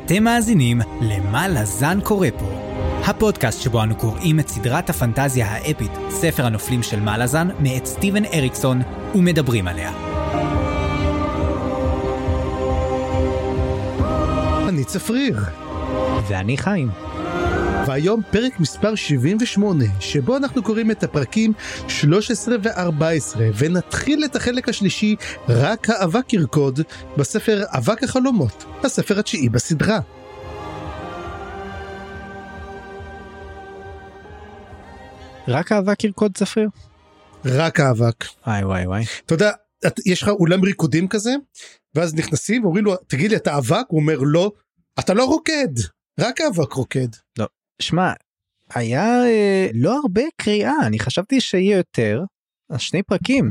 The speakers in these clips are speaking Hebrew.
אתם מאזינים למה לזן קורא פה, הפודקאסט שבו אנו קוראים את סדרת הפנטזיה האפית, ספר הנופלים של מה לזן, מאת סטיבן אריקסון, ומדברים עליה. אני צפריר. ואני חיים. והיום פרק מספר 78, שבו אנחנו קוראים את הפרקים 13 ו-14, ונתחיל את החלק השלישי, רק האבק ירקוד, בספר אבק החלומות, הספר התשיעי בסדרה. רק האבק ירקוד צפריר? רק האבק. וואי. אתה יודע, יש לך אולם ריקודים כזה, ואז נכנסים ואומרים לו, תגיד לי, אתה אבק? הוא אומר, לא, אתה לא רוקד, רק האבק רוקד. לא. שמע, היה לא הרבה קריאה, אני חשבתי שיהיה יותר, אז 2 פרקים.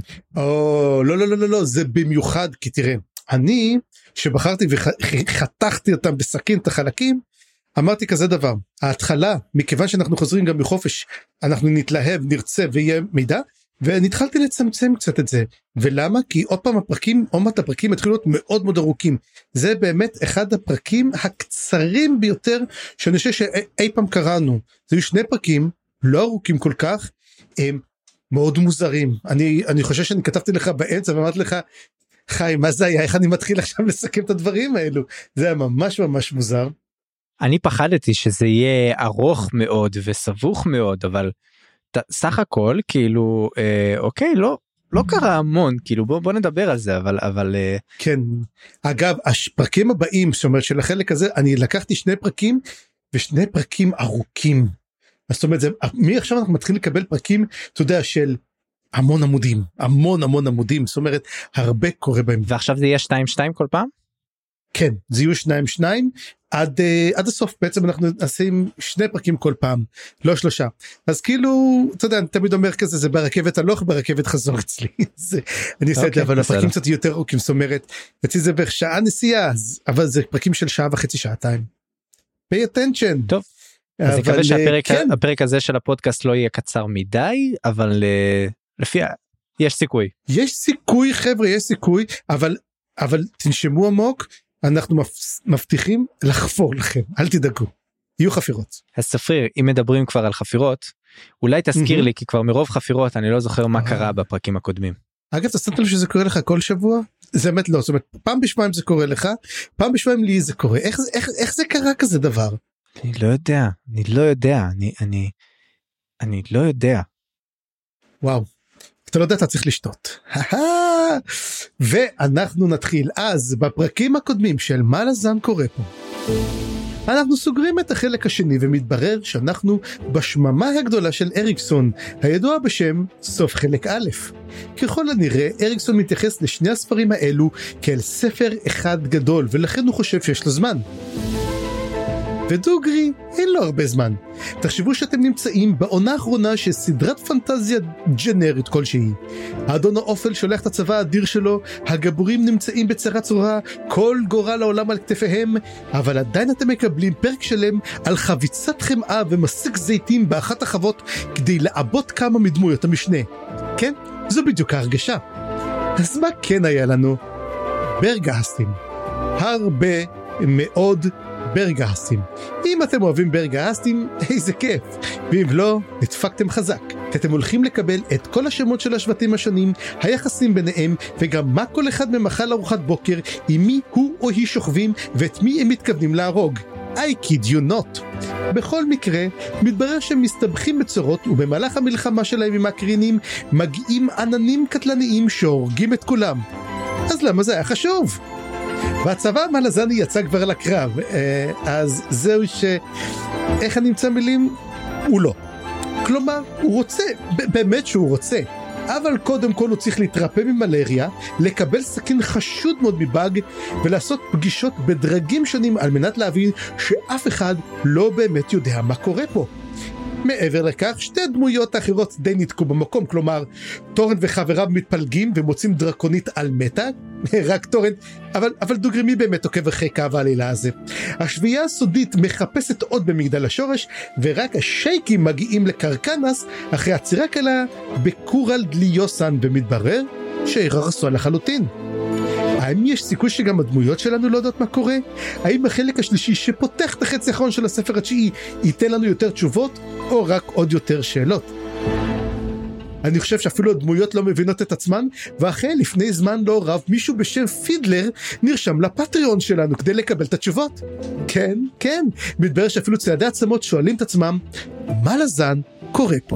לא, זה במיוחד, כי תראה, אני שבחרתי וחתכתי אותם בסכין את החלקים, אמרתי כזה דבר, ההתחלה, מכיוון שאנחנו חוזרים גם מחופש, אנחנו נתלהב, נרצה ויהיה מידע, ונתחלתי לצמצם קצת את זה, ולמה? כי עוד פעם הפרקים התחילו להיות מאוד מאוד ארוכים, זה באמת אחד הפרקים הקצרים ביותר, שאני חושב שאי פעם קראנו, זה היו 2 פרקים, לא ארוכים כל כך, הם מאוד מוזרים, אני חושב שאני כתבתי לך באמצע, ואמרתי לך, חיים, מה זה היה? איך אני מתחיל עכשיו לסכם את הדברים האלו? זה היה ממש ממש מוזר. אני פחדתי שזה יהיה ארוך מאוד וסבוך מאוד, אבל סך הכל כאילו אוקיי, לא קרה המון, כאילו בוא נדבר על זה, אבל כן, אגב הפרקים הבאים, זאת אומרת של החלק הזה, אני לקחתי 2 פרקים ו2 פרקים ארוכים, זאת אומרת מעכשיו אנחנו מתחילים לקבל פרקים, אתה יודע, של המון עמודים, זאת אומרת הרבה קורה בהם. ועכשיו זה יהיה 2-2 כל פעם? כן, זה יהיו 2-2 עד הסוף, בעצם אנחנו נשים 2 פרקים כל פעם, לא 3, אז כאילו, אתה יודע, אני תמיד אומר כזה, זה ברכבת הלוך, ברכבת חזור אצלי, אני עושה את זה, אבל הפרקים קצת יותר ארוכים, זאת אומרת, אצלי זה בערך שעה נסיעה, אבל זה פרקים של 1.5 שעתיים, pay attention. טוב, אז אני מקווה שהפרק הזה של הפודקאסט לא יהיה קצר מדי, אבל לפי, יש סיכוי. יש סיכוי חבר'ה, יש סיכוי, אבל תנשמו עמוק, אנחנו מבטיחים לחפור לכם, אל תדאגו, יהיו חפירות. אז צפריר, אם מדברים כבר על חפירות, אולי תזכיר לי, כי כבר מרוב חפירות אני לא זוכר מה קרה בפרקים הקודמים. אגב, אתה שמת לו שזה קורה לך כל שבוע? זה באמת לא, זאת אומרת, פעם בשבועיים זה קורה לך, פעם בשבועיים לי זה קורה, איך זה קרה כזה דבר? אני לא יודע. וואו. אתה לא יודע, אתה צריך לשתות. ואנחנו נתחיל אז בפרקים הקודמים של מה לזן קורא פה. אנחנו סוגרים את החלק השני ומתברר שאנחנו בשממה הגדולה של אריקסון, הידוע בשם סוף חלק א'. ככל הנראה אריקסון מתייחס לשני הספרים האלו כאל ספר אחד גדול, ולכן הוא חושב שיש לו זמן. ודוגרי אין לו הרבה זמן. תחשבו שאתם נמצאים בעונה האחרונה של סדרת פנטזיה ג'נרית כלשהי. האדון האופל שולח את הצבא האדיר שלו, הגבורים נמצאים בצרה צורה, כל גורל העולם על כתפיהם, אבל עדיין אתם מקבלים פרק שלם על חביצת חמאה ומסיק זיתים באחת החוות כדי לעבות כמה מדמויות המשנה. כן? זו בדיוק ההרגשה. אז מה כן היה לנו? ברגהסטים. הרבה מאוד ברגהסטים. אם אתם אוהבים ברגהסטים, איזה כיף. ואם לא, נדפקתם חזק. כי אתם הולכים לקבל את כל השמות של השבטים השונים, היחסים ביניהם, וגם מה כל אחד ממאכל ארוחת בוקר, עם מי הוא או היא שוכבים, ואת מי הם מתכוונים להרוג. I kid you not. בכל מקרה, מתברר שהם מסתבכים בצורות, ובמהלך המלחמה שלהם עם הקרינים, מגיעים עננים קטלניים שהורגים את כולם. אז למה זה היה חשוב? והצבא המלזני יצא כבר לקרב, אז זהו איך אני אמצא מילים? הוא לא. כלומר, הוא רוצה, באמת שהוא רוצה, אבל קודם כל הוא צריך להתרפא ממלריה, לקבל סכין חשוד מאוד מבאג, ולעשות פגישות בדרגים שונים על מנת להבין שאף אחד לא באמת יודע מה קורה פה. מעבר לכך, 2 דמויות אחרות די נתקו במקום, כלומר, טורנט וחבריו מתפלגים ומוצאים דרקונית על מטה, רק טורנט, אבל דוגרי מי באמת עוקב אחרי קו העלילה הזה. השביעה הסודית מחפשת עוד במגדל השורש, ורק השייקים מגיעים לקרקנס אחרי עצירה קלה בקורל דליוסן, ומתברר שהרסו לחלוטין. האם יש סיכוי שגם הדמויות שלנו לא יודעות מה קורה? האם החלק השלישי שפותח את החצי האחרון של הספר התשיעי ייתן לנו יותר תשובות, או רק עוד יותר שאלות? אני חושב שאפילו הדמויות לא מבינות את עצמן, ואחרי לפני זמן לא רב מישהו בשם פידלר נרשם לפטריון שלנו כדי לקבל את התשובות. כן, כן, מתברר שאפילו ציידי עצמות שואלים את עצמם, מה לזן קורה פה?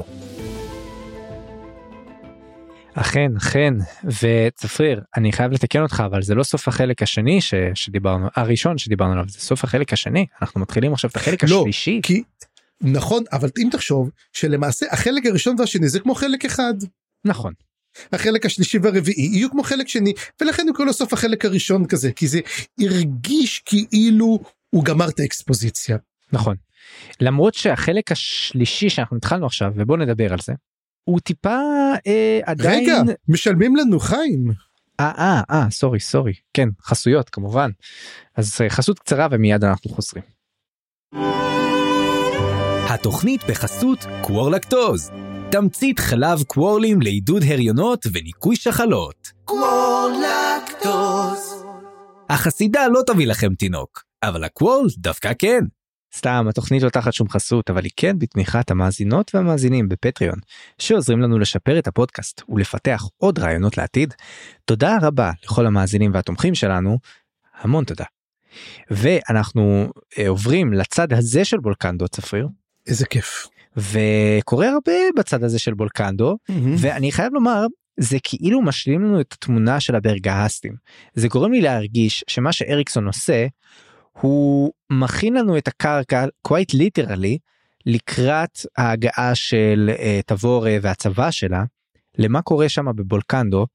אכן, אכן, וצפריר, אני חייב לתקן אותך, אבל זה לא סוף החלק השני שדיברנו, הראשון שדיברנו עליו, זה סוף החלק השני, אנחנו מתחילים עכשיו את החלק השלישי. כי, נכון, אבל אם תחשוב שלמעשה החלק הראשון והשני זה כמו חלק אחד. נכון. החלק השלישי והרביעי יהיו כמו חלק שני, ולכן הוא כל הסוף החלק הראשון כזה, כי זה הרגיש כאילו הוא גמר את האקספוזיציה. נכון. למרות שהחלק השלישי שאנחנו התחלנו עכשיו, ובוא נדבר על זה, הוא טיפה עדיין... רגע, משלמים לנו חיים. סורי, כן, חסויות כמובן. אז חסות קצרה ומיד אנחנו חוזרים. התוכנית בחסות קוורלקטוז, תמצית חלב קוורלים לעידוד הריונות וניקוי שחלות. קוורלקטוז. החסידה לא תביא לכם תינוק, אבל הקוורל דווקא כן. סתם, התוכנית לא תחת שום חסות, אבל היא כן בתמיכת המאזינות והמאזינים בפטריון, שעוזרים לנו לשפר את הפודקאסט ולפתח עוד רעיונות לעתיד. תודה רבה לכל המאזינים והתומכים שלנו, המון תודה. ואנחנו עוברים לצד הזה של בולקנדו, צפריר. איזה כיף. וקורה הרבה בצד הזה של בולקנדו, ואני חייב לומר, זה כאילו משלים לנו את התמונה של הברגהסטים. זה גורם לי להרגיש שמה שאריקסון עושה, הוא מכין לנו את הקרקע, quite literally, לקראת ההגעה של תבורה והצבא שלה, למה קורה שם בבולקנדו,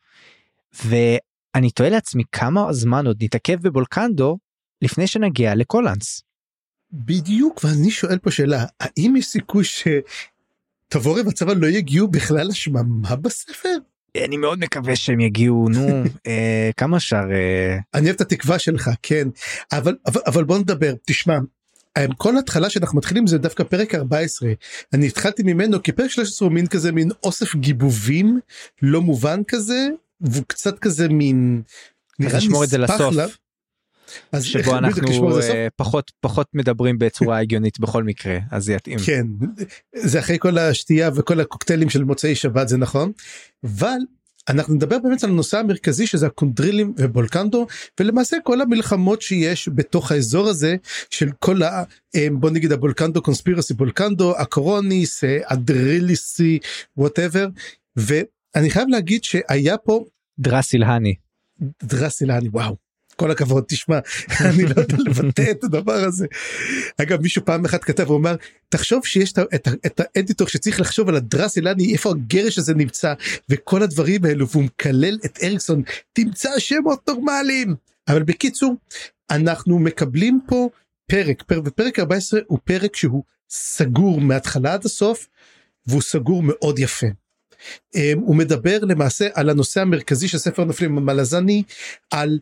ואני תוהה לעצמי כמה זמן עוד נתעכב בבולקנדו, לפני שנגיע לקולנס. בדיוק, ואני שואל פה שאלה, האם יש סיכוי שתבורה והצבא לא יגיעו בכלל לשממה בספר? אני מאוד מקווה שהם יגיעו, כמה אפשר... אני אוהב את התקווה שלך, כן, אבל בוא נדבר, תשמע, כל התחלה שאנחנו מתחילים זה דווקא פרק 14, אני התחלתי ממנו כי פרק 13 הוא מין כזה, מין אוסף גיבובים, לא מובן כזה, והוא קצת כזה מין... אז נשמור את זה לסוף. שבו אנחנו פחות מדברים בצורה הגיונית בכל מקרה, אז זה יתאים. כן, זה אחרי כל השתייה וכל הקוקטיילים של מוצאי שבת, זה נכון, אבל אנחנו נדבר באמת על הנושא המרכזי שזה הקונדרילים ובולקנדו, ולמעשה כל המלחמות שיש בתוך האזור הזה, של כל בוא נגיד הבולקנדו קונספירסי, בולקנדו, הקורוניס, אדריליסי, whatever, ואני חייב להגיד שהיה פה... דרסילהני, וואו. כל הכבוד, תשמע, אני לא יודע לבטא את הדבר הזה. אגב, מישהו פעם אחת כתב, הוא אומר, תחשוב שיש את האדיטור שצריך לחשוב על הדרסילני, איפה הגרש הזה נמצא, וכל הדברים האלו, והוא מקלל את אריקסון, תמצא שמות נורמליים. אבל בקיצור, אנחנו מקבלים פה ופרק 14 הוא פרק שהוא סגור מההתחלה עד הסוף, והוא סגור מאוד יפה. הוא מדבר למעשה על הנושא המרכזי של ספר הנופלים המלזני, על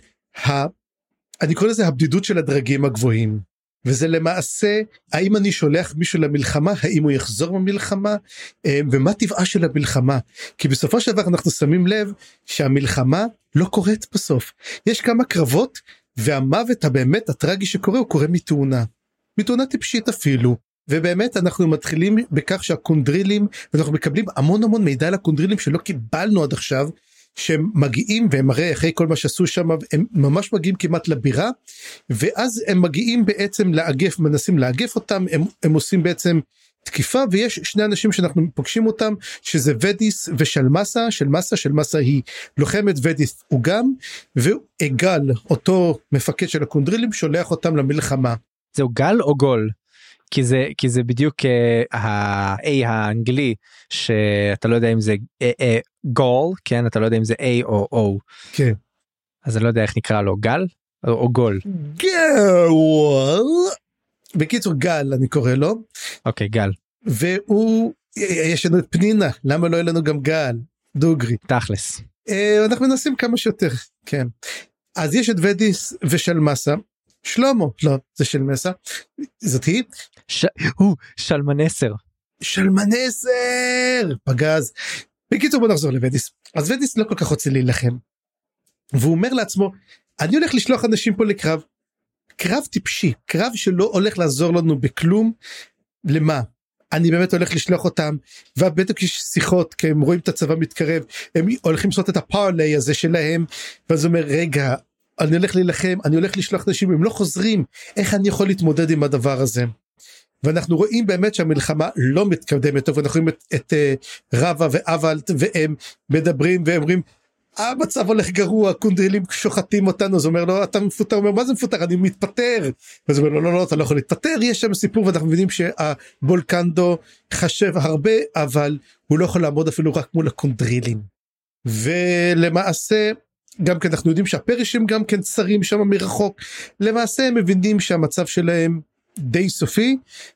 אני קורא לזה הבדידות של הדרגים הגבוהים, וזה למעשה, האם אני שולח מישהו למלחמה, האם הוא יחזור במלחמה, ומה טבעה של המלחמה, כי בסופו של דבר אנחנו שמים לב, שהמלחמה לא קורית בסוף, יש כמה קרבות, והמוות הבאמת הטרגי שקורה, הוא קורה מתאונה טיפשית אפילו, ובאמת אנחנו מתחילים בכך שהקונדרילים, ואנחנו מקבלים המון מידע על הקונדרילים, שלא קיבלנו עד עכשיו, שהם מגיעים, והם הרי אחרי כל מה שעשו שם, הם ממש מגיעים כמעט לבירה, ואז הם מגיעים בעצם לאגף, מנסים לאגף אותם, הם עושים בעצם תקיפה, ויש שני אנשים שאנחנו פוגשים אותם, שזה ודיס ושלמסה, שלמסה היא לוחמת, ודיס הוא גם, ואגל, אותו מפקד של הקונדרילים, שולח אותם למלחמה. זהו גל או גול? כי זה בדיוק ה-A האנגלי, שאתה לא יודע אם זה גול, כן, אתה לא יודע אם זה A או O. כן. אז אני לא יודע איך נקרא לו, גל או גול? גל. בקיצור גל אני קורא לו. אוקיי, גל. והוא, יש לנו את פנינה, למה לא יהיה לנו גם גל? דוגרי. תכלס. אנחנו מנסים כמה שיותר, כן. אז יש את ודיס ושלמסה, שלמה, לא, זה שלמסה, זאת היא? שלמנסר. פגז. בקיצור בוא נחזור לוודיס. אז ודיס לא כל כך רוצה להילחם. והוא אומר לעצמו, אני הולך לשלוח אנשים פה לקרב, קרב טיפשי, קרב שלא הולך לעזור לנו בכלום, למה? אני באמת הולך לשלוח אותם, ובטח יש שיחות, כי הם רואים את הצבא מתקרב, הם הולכים לעשות את הפארלי הזה שלהם, ואז הוא אומר, רגע, אני הולך להילחם, אני הולך לשלוח אנשים, הם לא חוזרים, איך אני יכול להתמודד עם הדבר הזה? ואנחנו רואים באמת שהמלחמה לא מתקדמת טוב, ואנחנו רואים את רבא ואבלט, והם מדברים ואומרים, המצב הולך גרוע, קונדרילים שוחטים אותנו, אז הוא אומר לו, אתה מפוטר, הוא אומר, מה זה מפוטר? אני מתפטר. אז הוא אומר, לא, אתה לא יכול להתפטר, יש שם סיפור, ואנחנו מבינים שהבולקנדו חשב הרבה, אבל הוא לא יכול לעמוד אפילו רק מול הקונדרילים. ולמעשה, גם כן אנחנו יודעים שהפרישים גם כן צרים שם מרחוק, למעשה הם מבינים שהמצב שלהם די סופי,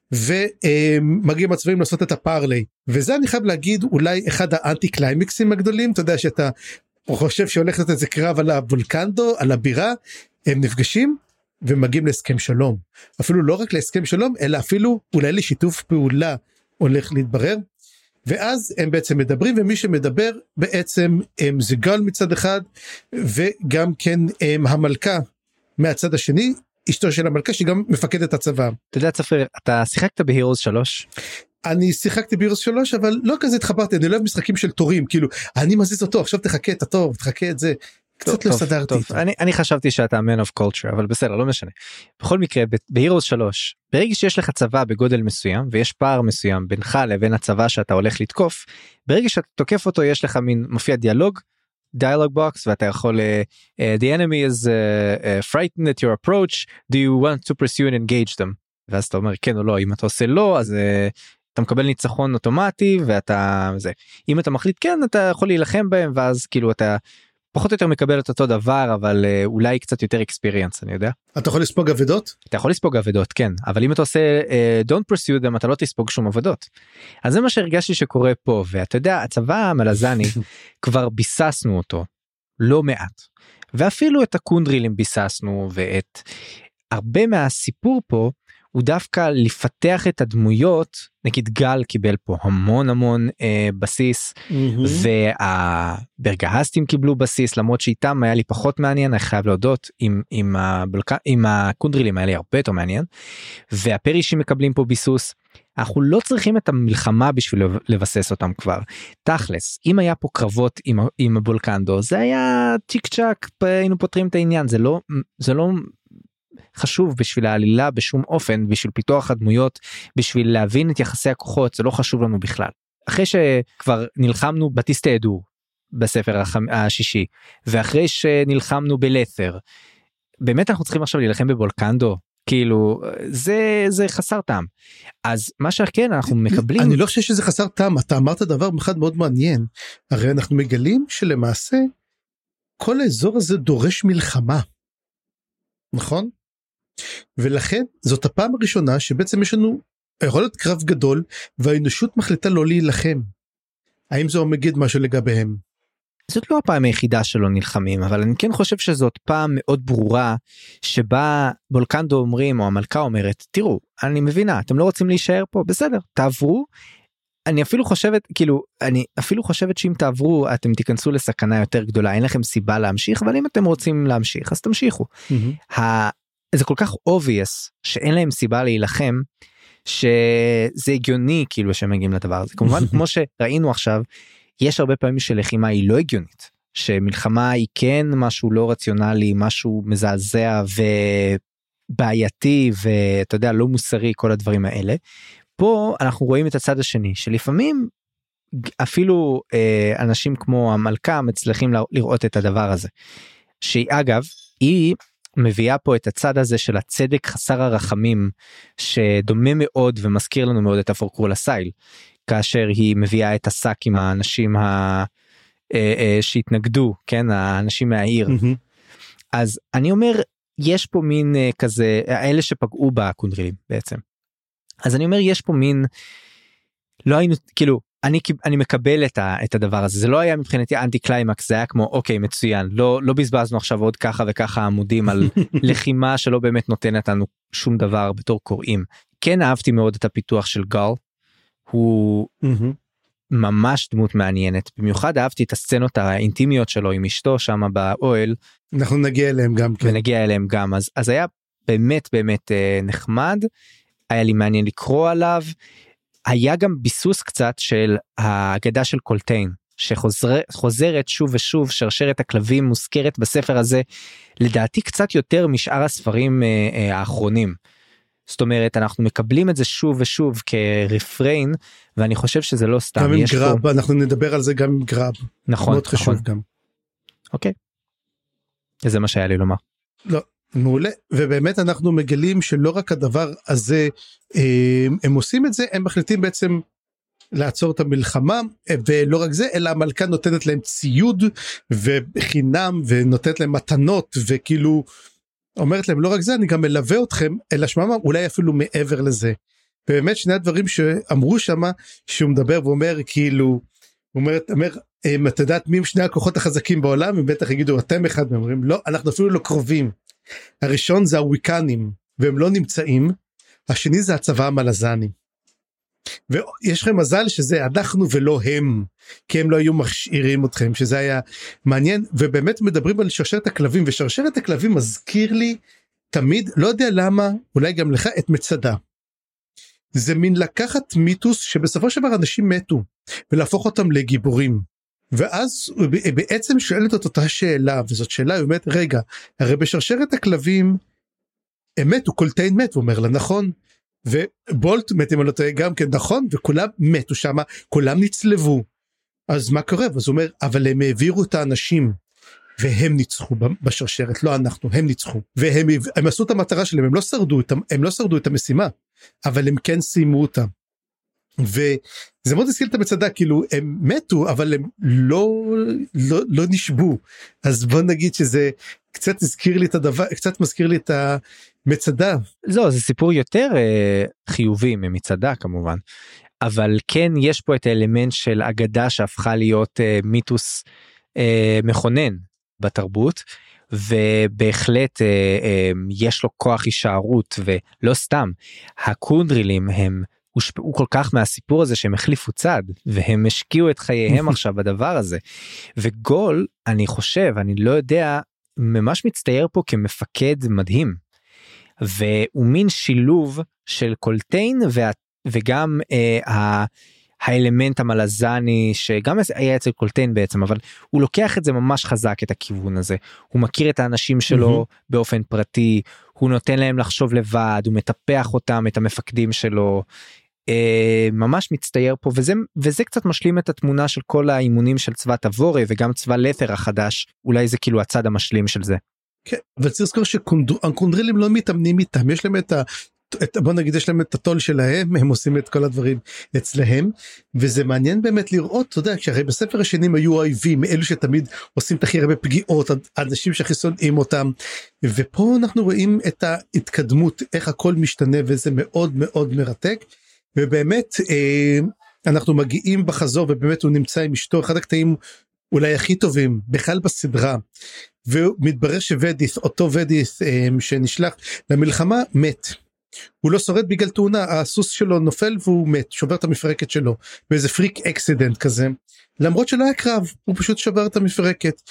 ומגיעים הצבאים לעשות את הפארלי, וזה אני חייב להגיד אולי אחד האנטי קליימקסים הגדולים, אתה יודע שאתה חושב שהולך לתת איזה קרב על הבולקנדו, על הבירה, הם נפגשים ומגיעים להסכם שלום, אפילו לא רק להסכם שלום, אלא אפילו אולי לשיתוף פעולה הולך להתברר, ואז הם בעצם מדברים, ומי שמדבר בעצם זה גל מצד אחד, וגם כן המלכה מהצד השני, אשתו של המלכה שגם מפקדת הצבא. אתה יודע צפיר, אתה שיחקת בהירוס 3? אני שיחקתי בהירוס 3, אבל לא כזה התחברתי, אני לא אוהב משחקים של תורים, כאילו, אני מזיז אותו, עכשיו תחכה את התור, תחכה את זה, קצת לא סדרתי. אני חשבתי שאתה man of culture, אבל בסדר, לא משנה. בכל מקרה, בהירוס 3, ברגע שיש לך צבא בגודל מסוים, ויש פער מסוים בינך לבין הצבא שאתה הולך לתקוף, ברגע שאתה תוקף אותו, יש לך מין, מופיע dialogue box, ואתה יכול, the enemy is frightened at your approach, do you want to pursue and engage them? ואז אתה אומר כן או לא, אם אתה עושה לא, אז אתה מקבל ניצחון אוטומטי, ואתה, זה, אם אתה מחליט כן, אתה יכול להילחם בהם, ואז כאילו אתה פחות או יותר מקבל את אותו דבר, אבל אולי קצת יותר experience, אני יודע. אתה יכול לספוג עבדות? אתה יכול לספוג עבדות, כן, אבל אם אתה עושה don't pursue them, אתה לא תספוג שום עבדות. אז זה מה שהרגשתי שקורה פה, ואתה יודע, הצבא המלזני, כבר ביססנו אותו, לא מעט. ואפילו את הקונדרילים ביססנו, ואת הרבה מהסיפור פה, הוא דווקא לפתח את הדמויות, נגיד גל קיבל פה המון בסיס, והברגהסטים קיבלו בסיס, למרות שאיתם היה לי פחות מעניין, אני חייב להודות, עם הקונדרילים היה לי הרבה יותר מעניין, והפרישים מקבלים פה ביסוס, אנחנו לא צריכים את המלחמה בשביל לבסס אותם כבר. תכלס, אם היה פה קרבות עם הבולקנדו, זה היה צ'יק צ'ק, היינו פותרים את העניין, זה לא חשוב בשביל העלילה בשום אופן, בשביל פיתוח הדמויות, בשביל להבין את יחסי הכוחות, זה לא חשוב לנו בכלל. אחרי שכבר נלחמנו בטיסטאדור בספר השישי, ואחרי שנלחמנו בלת'ר, באמת אנחנו צריכים עכשיו להילחם בבולקנדו, כאילו זה חסר טעם. אז מה שכן אנחנו מקבלים, אני לא חושב שזה חסר טעם, אתה אמרת דבר אחד מאוד מעניין, הרי אנחנו מגלים שלמעשה כל האזור הזה דורש מלחמה, נכון? ולכן זאת הפעם הראשונה שבעצם יש לנו יכול להיות קרב גדול, והאנושות מחליטה לא להילחם. האם זה מגיד משהו לגביהם? זאת לא הפעם היחידה שלא נלחמים, אבל אני כן חושב שזאת פעם מאוד ברורה, שבה בולקנדו אומרים, או המלכה אומרת, תראו, אני מבינה, אתם לא רוצים להישאר פה, בסדר, תעברו. אני אפילו חושבת שאם תעברו, אתם תיכנסו לסכנה יותר גדולה, אין לכם סיבה להמשיך, אבל אם אתם רוצים להמשיך, אז תמשיכו. זה כל כך obvious, שאין להם סיבה להילחם, שזה הגיוני כאילו שהם מגיעים לדבר הזה. כמובן, כמו שראינו עכשיו, יש הרבה פעמים שלחימה היא לא הגיונית, שמלחמה היא כן משהו לא רציונלי, משהו מזעזע ובעייתי, ואתה יודע, לא מוסרי, כל הדברים האלה. פה אנחנו רואים את הצד השני, שלפעמים אפילו אנשים כמו המלכה מצליחים לראות את הדבר הזה. שהיא אגב, היא מביאה פה את הצד הזה של הצדק חסר הרחמים, שדומה מאוד ומזכיר לנו מאוד את הפורקרול הסייל, כאשר היא מביאה את השק עם האנשים שהתנגדו, כן, האנשים מהעיר. אז אני אומר, יש פה מין כזה, אלה שפגעו בקונדרילים בעצם. אז אני אומר, יש פה מין, לא היינו, כאילו, אני מקבל את הדבר הזה, זה לא היה מבחינתי אנטי קליימקס, זה היה כמו, אוקיי, מצוין, לא בזבזנו עכשיו עוד ככה וככה עמודים על לחימה שלא באמת נותנת לנו שום דבר בתור קוראים. כן אהבתי מאוד את הפיתוח של גל, הוא ממש דמות מעניינת, במיוחד אהבתי את הסצנות האינטימיות שלו עם אשתו שם באוהל. אנחנו נגיע אליהם גם כן. ונגיע אליהם גם, אז היה באמת נחמד, היה לי מעניין לקרוא עליו, היה גם ביסוס קצת של האגדה של קולטיין, שחוזרת שוב ושוב, שרשרת הכלבים מוזכרת בספר הזה, לדעתי קצת יותר משאר הספרים האחרונים. זאת אומרת, אנחנו מקבלים את זה שוב ושוב כרפריין, ואני חושב שזה לא סתם. גם עם גרב, אנחנו נדבר על זה גם עם גרב. נכון, מאוד חשוב גם. אוקיי. זה מה שהיה לי לומר. לא, מעולה. ובאמת אנחנו מגלים שלא רק הדבר הזה, הם עושים את זה, הם מחליטים בעצם לעצור את המלחמה, ולא רק זה, אלא המלכה נותנת להם ציוד וחינם, ונותנת להם מתנות, וכאילו אומרת להם, לא רק זה, אני גם מלווה אתכם, אלא שממה, אולי אפילו מעבר לזה. באמת שני הדברים שאמרו שמה, שהוא מדבר ואומר, כאילו, הוא אומר, אתה יודעת מי הם שני הכוחות החזקים בעולם, הם בטח יגידו, אתם אחד, ואומרים, לא, אנחנו אפילו לא קרובים. הראשון זה הוויקנים, והם לא נמצאים, השני זה הצבא המלזני. ויש לכם מזל שזה אנחנו ולא הם, כי הם לא היו משאירים אתכם, שזה היה מעניין, ובאמת מדברים על שרשרת הכלבים, ושרשרת הכלבים מזכיר לי תמיד, לא יודע למה, אולי גם לך, את מצדה. זה מין לקחת מיתוס שבסופו של דבר אנשים מתו, ולהפוך אותם לגיבורים. ואז בעצם שואלת את אותה שאלה, וזאת שאלה, היא אומרת, רגע, הרי בשרשרת הכלבים, הם מתו, קולטיין מת, הוא אומר לה, נכון? ובולט מת, אם אני לא טועה, גם כן, נכון? וכולם מתו שם, כולם נצלבו. אז מה קורה? אז הוא אומר, אבל הם העבירו את האנשים, והם ניצחו בשרשרת, לא אנחנו, הם ניצחו. והם עשו את המטרה שלהם, הם לא שרדו את המשימה, אבל הם כן סיימו אותה. וזה מאוד הזכיר את המצדה, כאילו הם מתו, אבל הם לא נשבו. אז בוא נגיד שזה קצת הזכיר לי את הדבר, קצת מזכיר לי את המצדה. לא, זה סיפור יותר חיובי ממצדה כמובן, אבל כן יש פה את האלמנט של אגדה שהפכה להיות מיתוס מכונן בתרבות, ובהחלט יש לו כוח הישארות, ולא סתם, הקונדרילים הם הושפעו כל כך מהסיפור הזה שהם החליפו צד, והם השקיעו את חייהם עכשיו בדבר הזה, וגול, אני חושב, אני לא יודע, ממש מצטייר פה כמפקד מדהים, והוא מין שילוב של קולטיין, וגם האלמנט המלזני, שגם היה אצל קולטיין בעצם, אבל הוא לוקח את זה ממש חזק, את הכיוון הזה, הוא מכיר את האנשים שלו באופן פרטי, הוא נותן להם לחשוב לבד, הוא מטפח אותם, את המפקדים שלו, ממש מצטייר פה, וזה קצת משלים את התמונה של כל האימונים של צבא תבורי, וגם צבא לת'ר החדש, אולי זה כאילו הצד המשלים של זה. כן, אבל צריך לזכור שהקונדרילים לא מתאמנים איתם, יש להם בוא נגיד יש להם את הטול שלהם, הם עושים את כל הדברים אצלהם, וזה מעניין באמת לראות, אתה יודע, כשהרי בספר השנים היו אויבים, אלו שתמיד עושים את הכי הרבה פגיעות, אנשים שהכי שונאים אותם, ופה אנחנו רואים את ההתקדמות, איך הכל משתנה, וזה מאוד מאוד מרתק, ובאמת אנחנו מגיעים בחזור, ובאמת הוא נמצא עם אשתו, אחד הקטעים אולי הכי טובים, בכלל בסדרה, ומתברר שוודית', אותו וודית' שנשלח למלחמה, מת. הוא לא שורד בגלל תאונה, הסוס שלו נופל והוא מת, שובר את המפרקת שלו, באיזה פריק אקסידנט כזה, למרות שלא היה קרב, הוא פשוט שובר את המפרקת,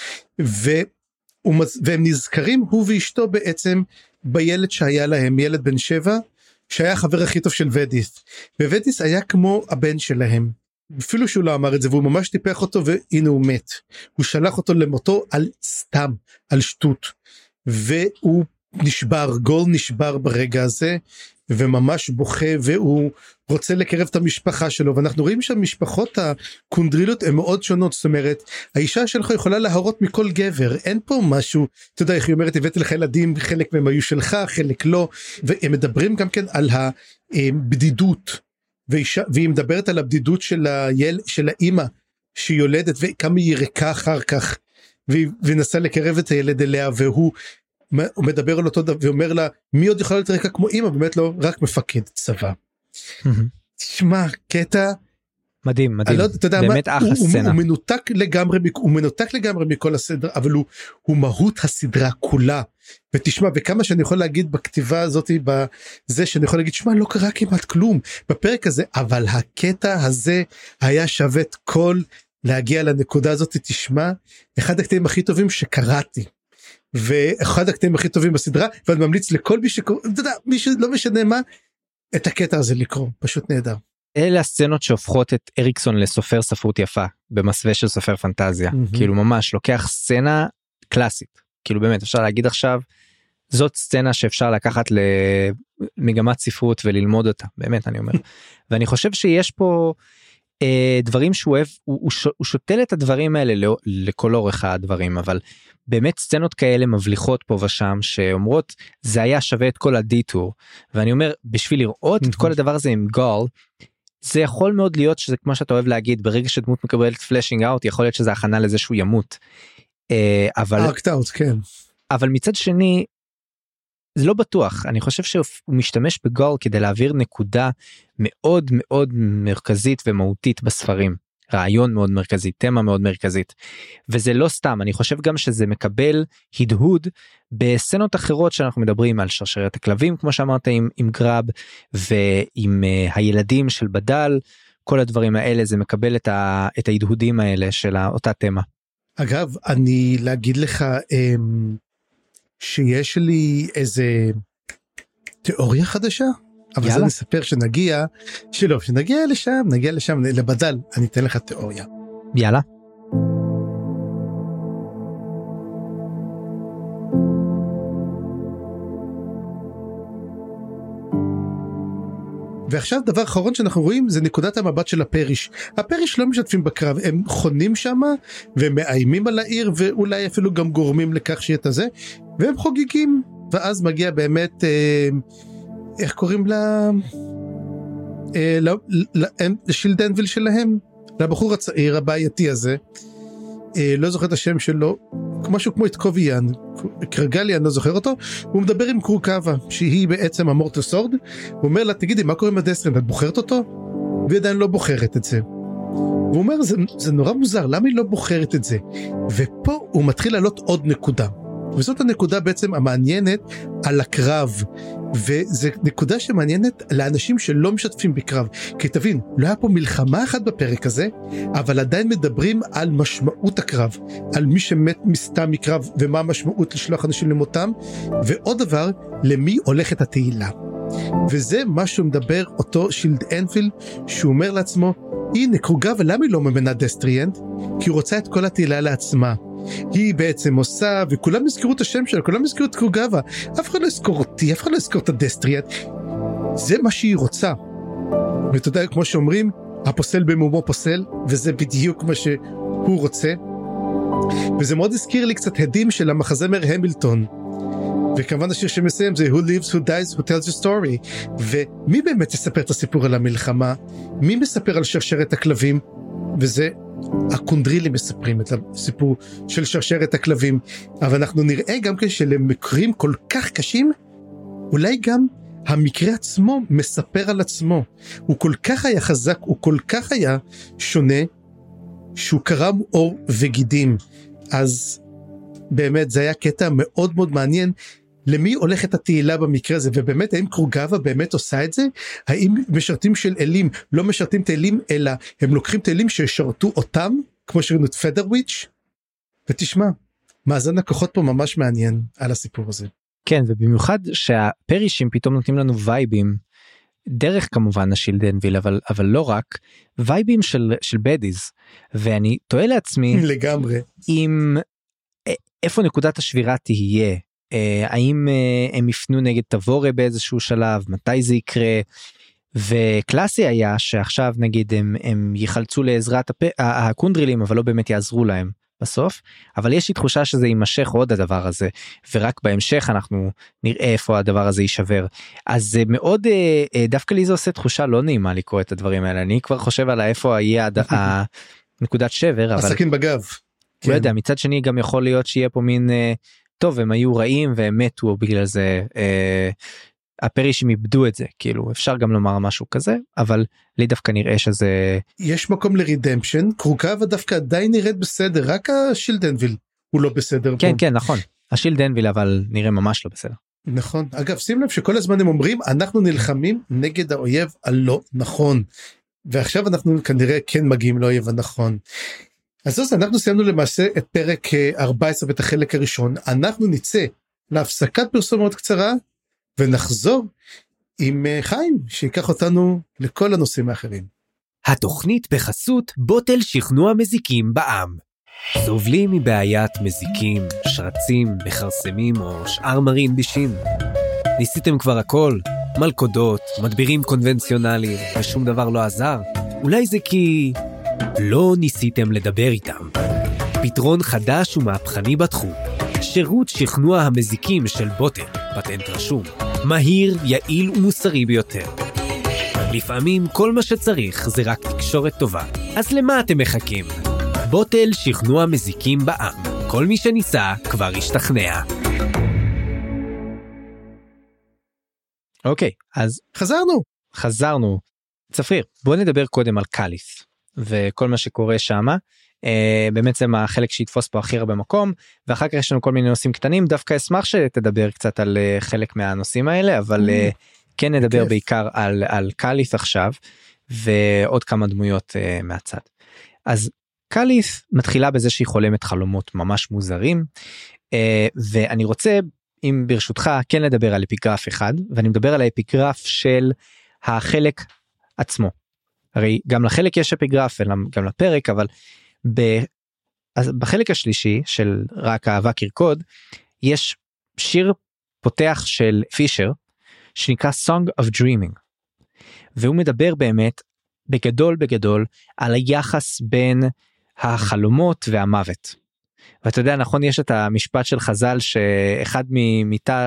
והם נזכרים, הוא ואשתו בעצם, בילד שהיה להם, ילד בן 7, שהיה החבר הכי טוב של וודית', וודית' היה כמו הבן שלהם, אפילו שהוא לא אמר את זה, והוא ממש טיפח אותו, והנה הוא מת, הוא שלח אותו למותו על סתם, על שטות, והוא נשבר, גול נשבר ברגע הזה, וממש בוכה, והוא רוצה לקרב את המשפחה שלו, ואנחנו רואים שהמשפחות הקונדרילות הן מאוד שונות, זאת אומרת, האישה שלך יכולה להרות מכל גבר, אין פה משהו, אתה יודע איך היא אומרת, הבאתי לך ילדים, חלק מהם היו שלך, חלק לא, והם מדברים גם כן על הבדידות, והיא מדברת על הבדידות של האמא, שהיא יולדת, וכמה היא ריקה אחר כך, והיא נסה לקרב את הילד אליה, והוא מדבר על אותו דבר, ואומר לה, מי עוד יכול להיות רקע כמו אמא? באמת לא, רק מפקד צבא. תשמע, קטע מדהים, מדהים. לא, אתה יודע באמת מה, אחלה סצנה. הוא מנותק לגמרי מכל הסדר, אבל הוא מהות הסדרה כולה. ותשמע, וכמה שאני יכול להגיד בכתיבה הזאת, בזה שאני יכול להגיד, שמע, לא קרה כמעט כלום בפרק הזה, אבל הקטע הזה היה שווה את כל להגיע לנקודה הזאת. תשמע, אחד הקטעים הכי טובים שקראתי, ואחד הקטעים הכי טובים בסדרה, ואני ממליץ לכל מי שקורא, אתה יודע, מי שלא משנה מה, את הקטע הזה לקרוא, פשוט נהדר. אלה הסצנות שהופכות את אריקסון לסופר ספרות יפה, במסווה של סופר פנטזיה, כאילו ממש לוקח סצנה קלאסית, כאילו באמת אפשר להגיד עכשיו, זאת סצנה שאפשר לקחת למגמת ספרות וללמוד אותה, באמת אני אומר, ואני חושב שיש פה דברים שהוא אוהב, הוא שותל את הדברים האלה לכל אורך הדברים, אבל באמת סצנות כאלה מבליחות פה ושם, שאומרות זה היה שווה את כל הדיטור, ואני אומר בשביל לראות את כל הדבר הזה עם גול, זה יכול מאוד להיות שזה כמו שאתה אוהב להגיד, ברגע שדמות מקבלת פלאשינג אאוט, יכול להיות שזה הכנה לזה שהוא ימות. כן. אבל מצד שני, זה לא בטוח, אני חושב שהוא משתמש בגול כדי להעביר נקודה מאוד מאוד מרכזית ומהותית בספרים, רעיון מאוד מרכזי, תמה מאוד מרכזית, וזה לא סתם, אני חושב גם שזה מקבל הדהוד בסצנות אחרות שאנחנו מדברים על שרשרת הכלבים, כמו שאמרת עם גרב, ועם הילדים של בדל, כל הדברים האלה, זה מקבל את ההדהודים האלה של אותה תמה. אגב, אני להגיד לך, שיש לי איזה תיאוריה חדשה, אבל זה נספר שנגיע לשם, לבדל, אני אתן לך תיאוריה. יאללה. ועכשיו דבר אחרון שאנחנו רואים זה נקודת המבט של הפריש. הפריש לא משתפים בקרב, הם חונים שם ומאיימים על העיר ואולי אפילו גם גורמים לכך שיהיה את הזה, והם חוגגים, ואז מגיע באמת, איך קוראים לה? לשילדנביל שלהם, לבחור הצעיר הבעייתי הזה, לא זוכר את השם שלו, משהו כמו את קוביאן, קרגליאן, לא זוכר אותו, הוא מדבר עם קרוקאבה, שהיא בעצם המורטל סורד, הוא אומר לה, תגידי, מה קורה עם הדסטרנד, את בוחרת אותו? והיא עדיין לא בוחרת את זה. הוא אומר, זה נורא מוזר, למה היא לא בוחרת את זה? ופה הוא מתחיל לעלות עוד נקודה, וזאת הנקודה בעצם המעניינת על הקרב, וזו נקודה שמעניינת לאנשים שלא משתפים בקרב, כי תבין, לא היה פה מלחמה אחת בפרק הזה, אבל עדיין מדברים על משמעות הקרב, על מי שמת מסתם מקרב, ומה המשמעות לשלוח אנשים למותם, ועוד דבר, למי הולכת התהילה. וזה מה שהוא מדבר אותו שילד אנפיל, שהוא אומר לעצמו, הנה קרוגה, ולמה היא לא ממנה דסטריאנט? כי הוא רוצה את כל התהילה לעצמה. היא בעצם עושה, וכולם יזכרו את השם שלה, כולם יזכרו את קרוגבה, אף אחד לא יזכור אותי, אף אחד לא יזכור את הדסטריאנט. זה מה שהיא רוצה. ואתה יודע, כמו שאומרים, הפוסל במומו פוסל, וזה בדיוק מה שהוא רוצה. וזה מאוד הזכיר לי קצת הדים של המחזמר המילטון. וכמובן השיר שמסיים זה Who lives, who dies, who tells your story. ומי באמת יספר את הסיפור על המלחמה? מי מספר על שרשרת הכלבים? וזה הקונדרילים מספרים את הסיפור של שרשרת הכלבים. אבל אנחנו נראה גם שלמקרים כל כך קשים, אולי גם המקרה עצמו מספר על עצמו. הוא כל כך היה חזק, הוא כל כך היה שונה, שהוא קרם אור וגידים. אז באמת זה היה קטע מאוד מאוד מעניין, למי הולכת התהילה במקרה הזה, ובאמת האם קרוגבה באמת עושה את זה? האם משרתים של אלים לא משרתים את האלים, אלא הם לוקחים את האלים שישרתו אותם, כמו שראינו את פדרוויץ'? ותשמע, מאזן הכוחות פה ממש מעניין על הסיפור הזה. כן, ובמיוחד שהפרישים פתאום נותנים לנו וייבים, דרך כמובן השילדנביל, אבל לא רק, וייבים של בדיז, ואני תוהה לעצמי, לגמרי. איפה נקודת השבירה תהיה? האם הם יפנו נגד תבורה באיזשהו שלב, מתי זה יקרה? וקלאסי היה שעכשיו נגיד הם יחלצו לעזרת הקונדרילים, אבל לא באמת יעזרו להם בסוף, אבל יש לי תחושה שזה יימשך עוד הדבר הזה, ורק בהמשך אנחנו נראה איפה הדבר הזה יישבר. אז זה מאוד, דווקא לי זה עושה תחושה לא נעימה לקרוא את הדברים האלה, אני כבר חושב על איפה יהיה הנקודת שבר, אבל הסכין בגב. לא יודע, מצד שני גם יכול להיות שיהיה פה מין, טוב, הם היו רעים והם מתו בגלל זה, הפרישים איבדו את זה, כאילו אפשר גם לומר משהו כזה, אבל לי דווקא נראה שזה... יש מקום לרידמפשן, קרוקאבה דווקא עדיין נראית בסדר, רק השילדנביל הוא לא בסדר. כן, כן, נכון. השילדנביל אבל נראה ממש לא בסדר. נכון. אגב, שים לב שכל הזמן הם אומרים, אנחנו נלחמים נגד האויב הלא נכון. ועכשיו אנחנו כנראה כן מגיעים לאויב הנכון. אז אנחנו סיימנו למעשה את פרק 14 ואת החלק הראשון. אנחנו נצא להפסקת פרסומות קצרה, ונחזור עם חיים, שיקח אותנו לכל הנושאים האחרים. התוכנית בחסות בוטל שכנוע מזיקים בעם. סובלים מבעיית מזיקים, שרצים, מחרסמים או שאר מרעין בישין. ניסיתם כבר הכל? מלכודות, מדבירים קונבנציונליים, ושום דבר לא עזר? אולי זה כי לא ניסיתם לדבר איתם. פתרון חדש ומהפכני בתחום. שירות שכנוע המזיקים של בוטל, פטנט רשום. מהיר, יעיל ומוסרי ביותר. לפעמים כל מה שצריך זה רק תקשורת טובה. אז למה אתם מחכים? בוטל שכנוע מזיקים בעם. כל מי שניסה כבר השתכנע. אוקיי, אז חזרנו. צפריר, בוא נדבר קודם על קליס וכל מה שקורה שם. באמת זה החלק שיתפוס פה הכי הרבה מקום, ואחר כך יש לנו כל מיני נושאים קטנים. דווקא אשמח שתדבר קצת על חלק מהנושאים האלה, אבל כן נדבר בעיקר על קליס עכשיו, ועוד כמה דמויות מהצד. אז קליס מתחילה בזה שהיא חולמת חלומות ממש מוזרים, ואני רוצה, אם ברשותך, כן לדבר על אפיגרף אחד, ואני מדבר על האפיגרף של החלק עצמו. הרי גם לחלק יש אפיגרף, גם לפרק, אבל בחלק השלישי של רק אהבה כרקוד, יש שיר פותח של פישר, שנקרא Song of Dreaming, והוא מדבר באמת בגדול על היחס בין החלומות והמוות. ואתה יודע, נכון, יש את המשפט של חז"ל שאחד ממיטה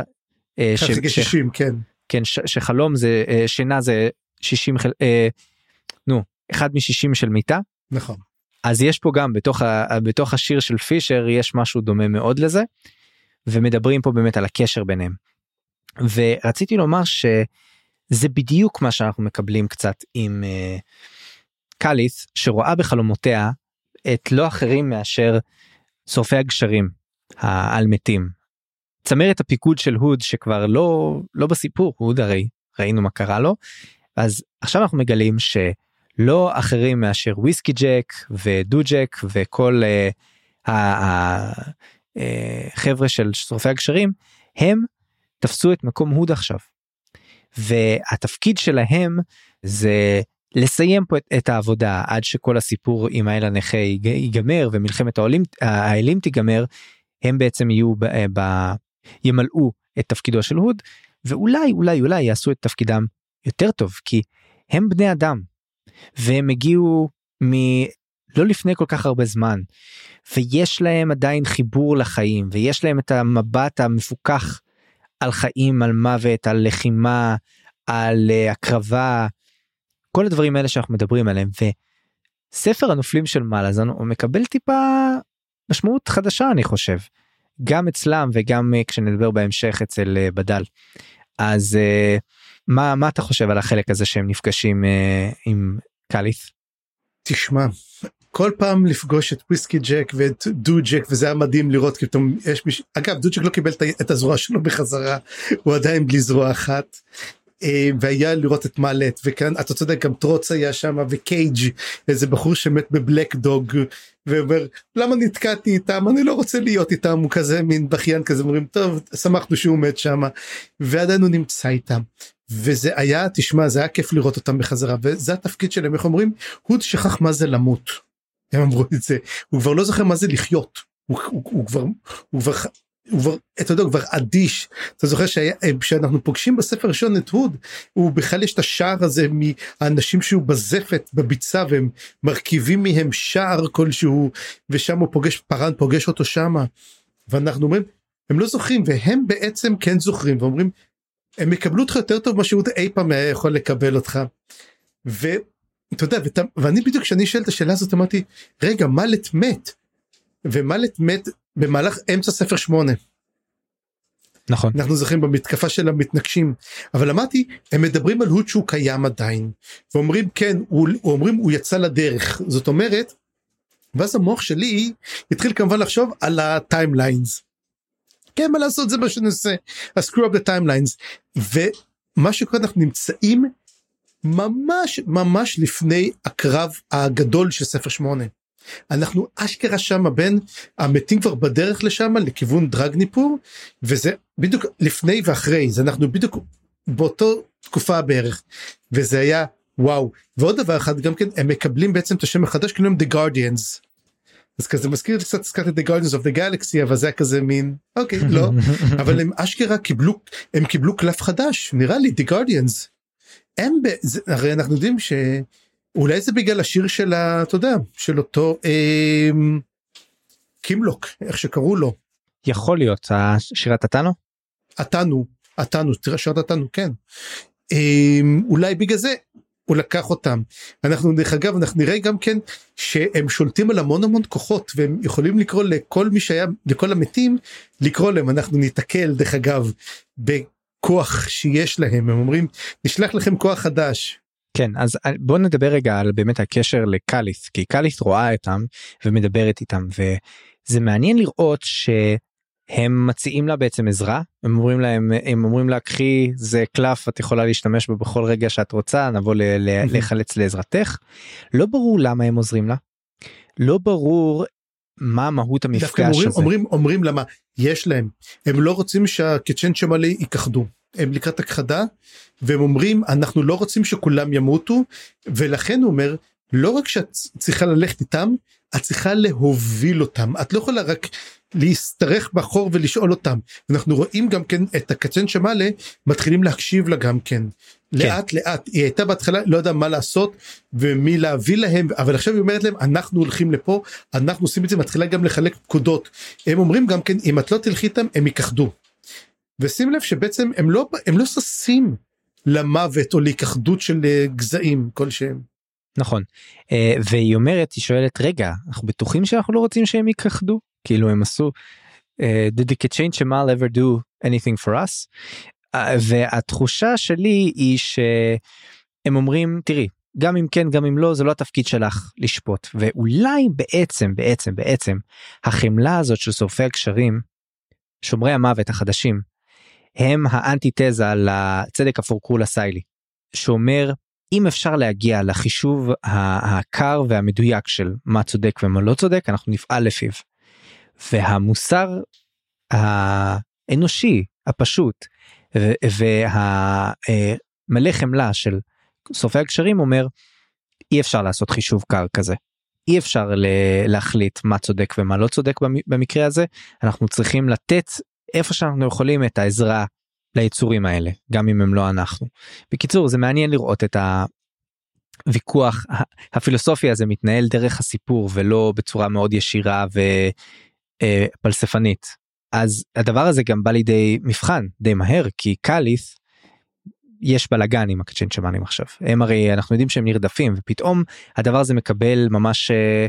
כן, שחלום זה שינה זה 60 אחד מ-60 של מיטה. נכון. אז יש פה גם בתוך השיר של פישר יש משהו דומה מאוד לזה, ומדברים פה באמת על הקשר ביניהם. ורציתי לומר שזה בדיוק מה שאנחנו מקבלים קצת עם קליס, שרואה בחלומותיה את לא אחרים מאשר שורפי הגשרים העל מתים. צמרת הפיקוד של הוד שכבר לא בסיפור, הוד הרי ראינו מה קרה לו, אז עכשיו אנחנו מגלים שלא אחרים מאשר וויסקי ג'ק ודו ג'ק וכל החבר'ה של שורפי הגשרים, הם תפסו את מקום הוד עכשיו. והתפקיד שלהם זה לסיים פה את העבודה עד שכל הסיפור עם האל הנכה ייגמר ומלחמת האלים תיגמר, הם בעצם ימלאו את תפקידו של הוד, ואולי יעשו את תפקידם יותר טוב, כי הם בני אדם, והם הגיעו לא לפני כל כך הרבה זמן, ויש להם עדיין חיבור לחיים, ויש להם את המבט המפוקח על חיים, על מוות, על לחימה, על הקרבה, כל הדברים האלה שאנחנו מדברים עליהם. וספר הנופלים של מלאזן הוא מקבל טיפה משמעות חדשה, אני חושב, גם אצלם וגם כשנדבר בהמשך אצל בדל. אז מה אתה חושב על החלק הזה שהם נפגשים עם קליס? תשמע, כל פעם לפגוש את וויסקי ג'ק ואת דו ג'ק, וזה היה מדהים לראות, כי פתאום יש מישהו, אגב, דו ג'ק לא קיבל את הזרוע שלו בחזרה, הוא עדיין בלי זרוע אחת, והיה לראות את מלט, וכאן אתה צודק, גם טרוץ היה שם, וקייג' איזה בחור שמת בבלק דוג, ואומר, למה נתקעתי איתם, אני לא רוצה להיות איתם, הוא כזה מין בכיין כזה, אומרים, טוב, שמחנו שהוא מת שם, ועדיין הוא נמצא איתם, וזה היה, תשמע, זה היה כיף לראות אותם בחזרה, וזה התפקיד שלהם, איך אומרים, הוא שכח מה זה למות, הם אמרו את זה, הוא כבר לא זוכר מה זה לחיות, הוא כבר, אתה יודע, הוא כבר אדיש. אתה זוכר שאנחנו פוגשים בספר ראשון את הוד, הוא בכלל יש את השער הזה מהאנשים שהוא בזפת, בביצה, והם מרכיבים מהם שער כלשהו, ושם הוא פרן פוגש אותו שם, ואנחנו אומרים, הם לא זוכרים, והם בעצם כן זוכרים, ואומרים, הם יקבלו אותך יותר טוב מה שהוא אי פעם יכול לקבל אותך. ואתה יודע, ואני בדיוק כשאני שואל את השאלה הזאת, אמרתי, רגע, מלט מת, ומלט מת במהלך אמצע ספר 8, נכון. אנחנו זוכרים במתקפה של המתנגשים, אבל אמרתי, הם מדברים על הוד שהוא קיים עדיין, ואומרים כן, אומרים הוא יצא לדרך, זאת אומרת, ואז המוח שלי התחיל כמובן לחשוב על הטיימליינס, כן מה לעשות זה מה שנעשה, screw up the timelines, ומה שקורה אנחנו נמצאים ממש לפני הקרב הגדול של ספר 8, אנחנו אשכרה שם בין המתים כבר בדרך לשם לכיוון דרגניפור, וזה בדיוק לפני ואחרי, זה אנחנו בדיוק באותו תקופה בערך, וזה היה וואו. ועוד דבר אחד גם כן, הם מקבלים בעצם את השם החדש, כאילו הם The Guardians, אז כזה מזכיר לי קצת הזכרת את The Guardians of the Galaxy, אבל זה היה כזה מין אוקיי לא, אבל הם אשכרה קיבלו קלף חדש, נראה לי The Guardians, הרי אנחנו יודעים אולי זה בגלל השיר של אתה יודע, של אותו קימלוק, איך שקראו לו. יכול להיות, שירת התנו? תראה שירת התנו, כן. אולי בגלל זה הוא לקח אותם. אנחנו דרך אגב, אנחנו נראה גם כן שהם שולטים על המון כוחות, והם יכולים לקרוא לכל מי שהיה, לכל המתים, לקרוא להם, אנחנו ניתקל דרך אגב, בכוח שיש להם, הם אומרים, נשלח לכם כוח חדש. כן, אז בואו נדבר רגע על באמת הקשר לקלית', כי קלית' רואה איתם ומדברת איתם, וזה מעניין לראות שהם מציעים לה בעצם עזרה, הם אומרים לה, קחי, זה קלף, את יכולה להשתמש בו בכל רגע שאת רוצה, נבוא לחלץ לעזרתך. לא ברור למה הם עוזרים לה, לא ברור מה מהות המפגש הזה. אומרים למה, יש להם, הם לא רוצים שהקצ'ן שמלא ייכחדו. הם לקראת הכחדה, והם אומרים, אנחנו לא רוצים שכולם ימותו, ולכן הוא אומר, לא רק שאת צריכה ללכת איתם, את צריכה להוביל אותם, את לא יכולה רק להסתרך בחור ולשאול אותם, אנחנו רואים גם כן את הקצ'ן שמאלה, מתחילים להקשיב לה גם כן, לאט, היא הייתה בהתחלה, לא יודע מה לעשות, ומי להביא להם, אבל עכשיו היא אומרת להם, אנחנו הולכים לפה, אנחנו עושים את זה, מתחילה גם לחלק פקודות, הם אומרים גם כן, אם את לא תלכי איתם, הם ייכחדו, ושים לב שבעצם הם לא ששים למוות או להיכחדות של גזעים כלשהם. נכון, והיא אומרת, היא שואלת, רגע, אנחנו בטוחים שאנחנו לא רוצים שהם ייכחדו? כאילו הם עשו, did the Kachin Shamal ever do anything for us? והתחושה שלי היא שהם אומרים, תראי, גם אם כן, גם אם לא, זה לא התפקיד שלך לשפוט, ואולי בעצם, החמלה הזאת של שורפי הקשרים, שומרי המוות החדשים, הם האנטיתזה לצדק הפורקול הסיילי, שאומר, אם אפשר להגיע לחישוב הקר והמדויק של מה צודק ומה לא צודק, אנחנו נפעל לפיו. והמוסר האנושי, הפשוט, והמלא חמלה של שורפי הקשרים אומר, אי אפשר לעשות חישוב קר כזה. אי אפשר להחליט מה צודק ומה לא צודק במקרה הזה, אנחנו צריכים לתת איפה שאנחנו יכולים את העזרה ליצורים האלה, גם אם הם לא אנחנו. בקיצור, זה מעניין לראות את הוויכוח, הפילוסופיה הזה מתנהל דרך הסיפור, ולא בצורה מאוד ישירה ופלספנית. אז הדבר הזה גם בא לידי מבחן, די מהר, כי קלית' יש בלגן עם הקצ'ן שמאנים עכשיו. הם הרי, אנחנו יודעים שהם נרדפים, ופתאום הדבר הזה מקבל ממש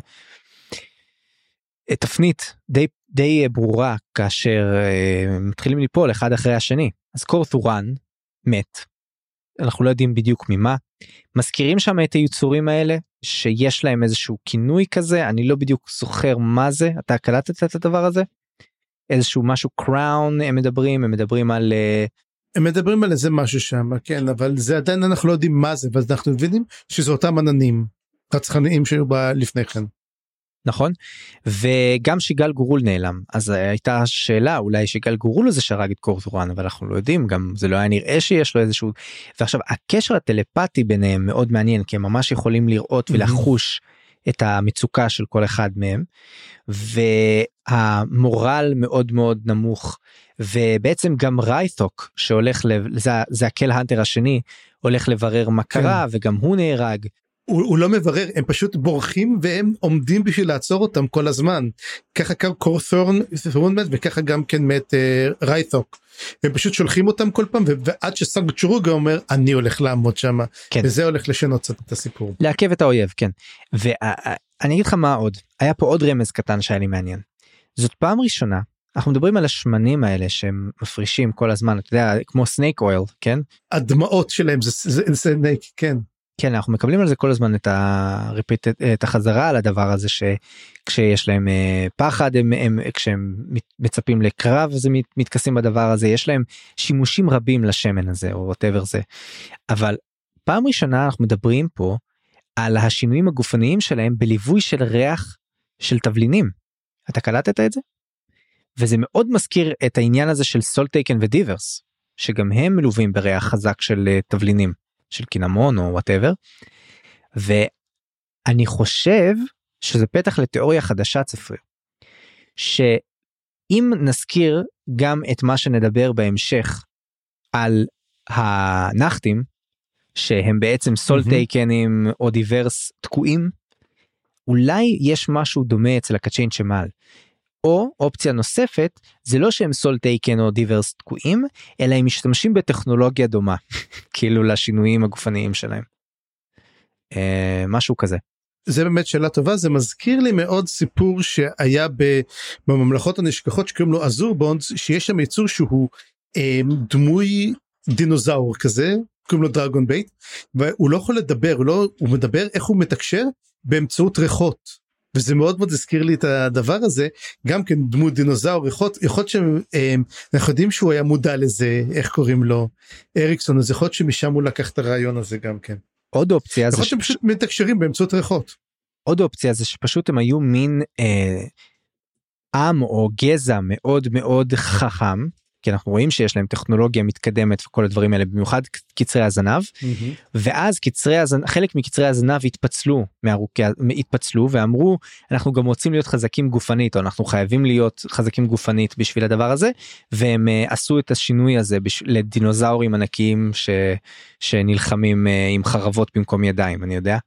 תפנית די ברורה, כאשר מתחילים ליפול אחד אחרי השני. אז קורת'ורן מת, אנחנו לא יודעים בדיוק ממה, מזכירים שם את היצורים האלה, שיש להם איזשהו כינוי כזה, אני לא בדיוק זוכר מה זה, אתה קלטת את הדבר הזה? איזשהו משהו קראון, הם מדברים על... הם מדברים על איזה משהו שם, כן, אבל זה עדיין אנחנו לא יודעים מה זה, ואז אנחנו מבינים שזה אותם עננים, רצחניים שהיו לפני כן. נכון, וגם שיגל גורול נעלם, אז הייתה שאלה, אולי שיגל גורול זה שרג את קורת'ורן, אבל אנחנו לא יודעים, גם זה לא היה נראה שיש לו איזשהו, ועכשיו הקשר הטלפתי ביניהם מאוד מעניין, כי הם ממש יכולים לראות ולחוש את המצוקה של כל אחד מהם, והמורל מאוד מאוד נמוך, ובעצם גם רייתוק שהולך, זה הקל האנטר השני, הולך לברר מה קרה, וגם הוא נהרג. הוא לא מברר, הם פשוט בורחים והם עומדים בשביל לעצור אותם כל הזמן. ככה גם קורת'ורן מת, וככה גם כן מת רייתוק. הם פשוט שולחים אותם כל פעם, ועד שסאג צ'ורוגה אומר, אני הולך לעמוד שם, כן. וזה הולך לשנות את הסיפור. לעכב את האויב, כן. ואני אגיד לך מה עוד, היה פה עוד רמז קטן שהיה לי מעניין. זאת פעם ראשונה, אנחנו מדברים על השמנים האלה שהם מפרישים כל הזמן, אתה יודע, כמו סנייק אויל, כן? הדמעות שלהם זה סנייק, כן. כן, אנחנו מקבלים על זה כל הזמן את החזרה על הדבר הזה, שכשיש להם פחד, כשהם מצפים לקרב, אז הם מתכסים בדבר הזה, יש להם שימושים רבים לשמן הזה, או whatever זה. אבל פעם ראשונה אנחנו מדברים פה, על השינויים הגופניים שלהם, בליווי של ריח של תבלינים. אתה קלטת את זה? וזה מאוד מזכיר את העניין הזה של סולטייקן ודיברס, שגם הם מלווים בריח חזק של תבלינים. של קינמון או whatever, ואני חושב שזה פתח לתיאוריה חדשה צפריר, שאם נזכיר גם את מה שנדבר בהמשך על הנחתים, שהם בעצם סולטייקנים או דיברס תקועים, אולי יש משהו דומה אצל הקצ'יין שמל, או אופציה נוספת, זה לא שהם סולטייקן או דיברס תקועים, אלא הם משתמשים בטכנולוגיה דומה, כאילו לשינויים הגופניים שלהם. משהו כזה. זה באמת שאלה טובה, זה מזכיר לי מאוד סיפור שהיה בממלכות הנשכחות שקוראים לו אזורבונדס, שיש שם יצור שהוא דמוי דינוזאור כזה, קוראים לו דרגון בייט, והוא לא יכול לדבר, הוא מדבר איך הוא מתקשר באמצעות ריחות. וזה מאוד מאוד הזכיר לי את הדבר הזה, גם כן דמות דינוזאור, יכול שאנחנו יודעים שהוא היה מודע לזה, איך קוראים לו, אריקסון, אז יכול להיות שמשם הוא לקח את הרעיון הזה גם כן. עוד אופציה זה... יכול להיות שהם פשוט מתקשרים באמצעות ריחות. עוד אופציה זה שפשוט הם היו מין עם או גזע מאוד מאוד חכם, כי אנחנו רואים שיש להם טכנולוגיה מתקדמת וכל הדברים האלה, במיוחד קצרי הזנב, ואז חלק מקצרי הזנב התפצלו ואמרו, אנחנו גם רוצים להיות חזקים גופנית, או אנחנו חייבים להיות חזקים גופנית בשביל הדבר הזה, והם עשו את השינוי הזה לדינוזאורים ענקיים שנלחמים עם חרבות במקום ידיים, אני יודע.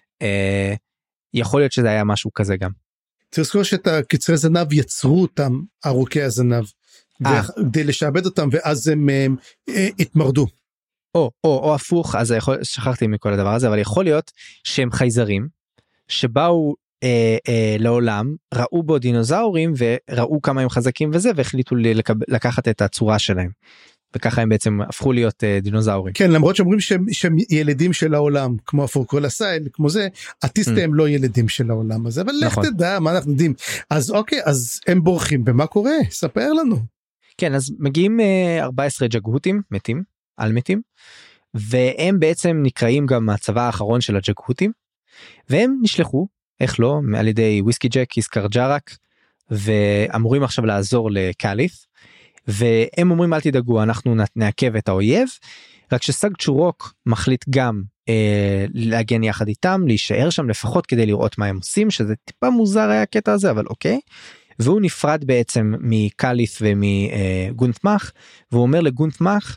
יכול להיות שזה היה משהו כזה גם. צריך לזכור שאת הקצרי זנב יצרו אותם ארוכי הזנב, כדי לשעבד אותם, ואז הם התמרדו. או הפוך, אז שכחתי מכל הדבר הזה, אבל יכול להיות שהם חייזרים, שבאו לעולם, ראו בו דינוזאורים, וראו כמה הם חזקים וזה, והחליטו לקחת את הצורה שלהם. וככה הם בעצם הפכו להיות דינוזאורים. כן, למרות שאומרים שהם ילדים של העולם, כמו הפורקולסייל, כמו זה, הטיסטה הם לא ילדים של העולם הזה, אבל לך תדע מה אנחנו יודעים. אז אוקיי, אז הם בורחים, ומה קורה? ספר לנו. כן, אז מגיעים 14 ג'גהותים, מתים, על מתים, והם בעצם נקראים גם הצבא האחרון של הג'גהותים, והם נשלחו, איך לא, על ידי וויסקי ג'ק, איסקר ג'רק, ואמורים עכשיו לעזור לקאליף, והם אומרים אל תדאגו, אנחנו נעכב את האויב, רק שסג צ'ורוק מחליט גם להגן יחד איתם, להישאר שם לפחות כדי לראות מה הם עושים, שזה טיפה מוזר היה הקטע הזה, אבל אוקיי, והוא נפרד בעצם מקאליף ומגונטמח, והוא אומר לגונטמח,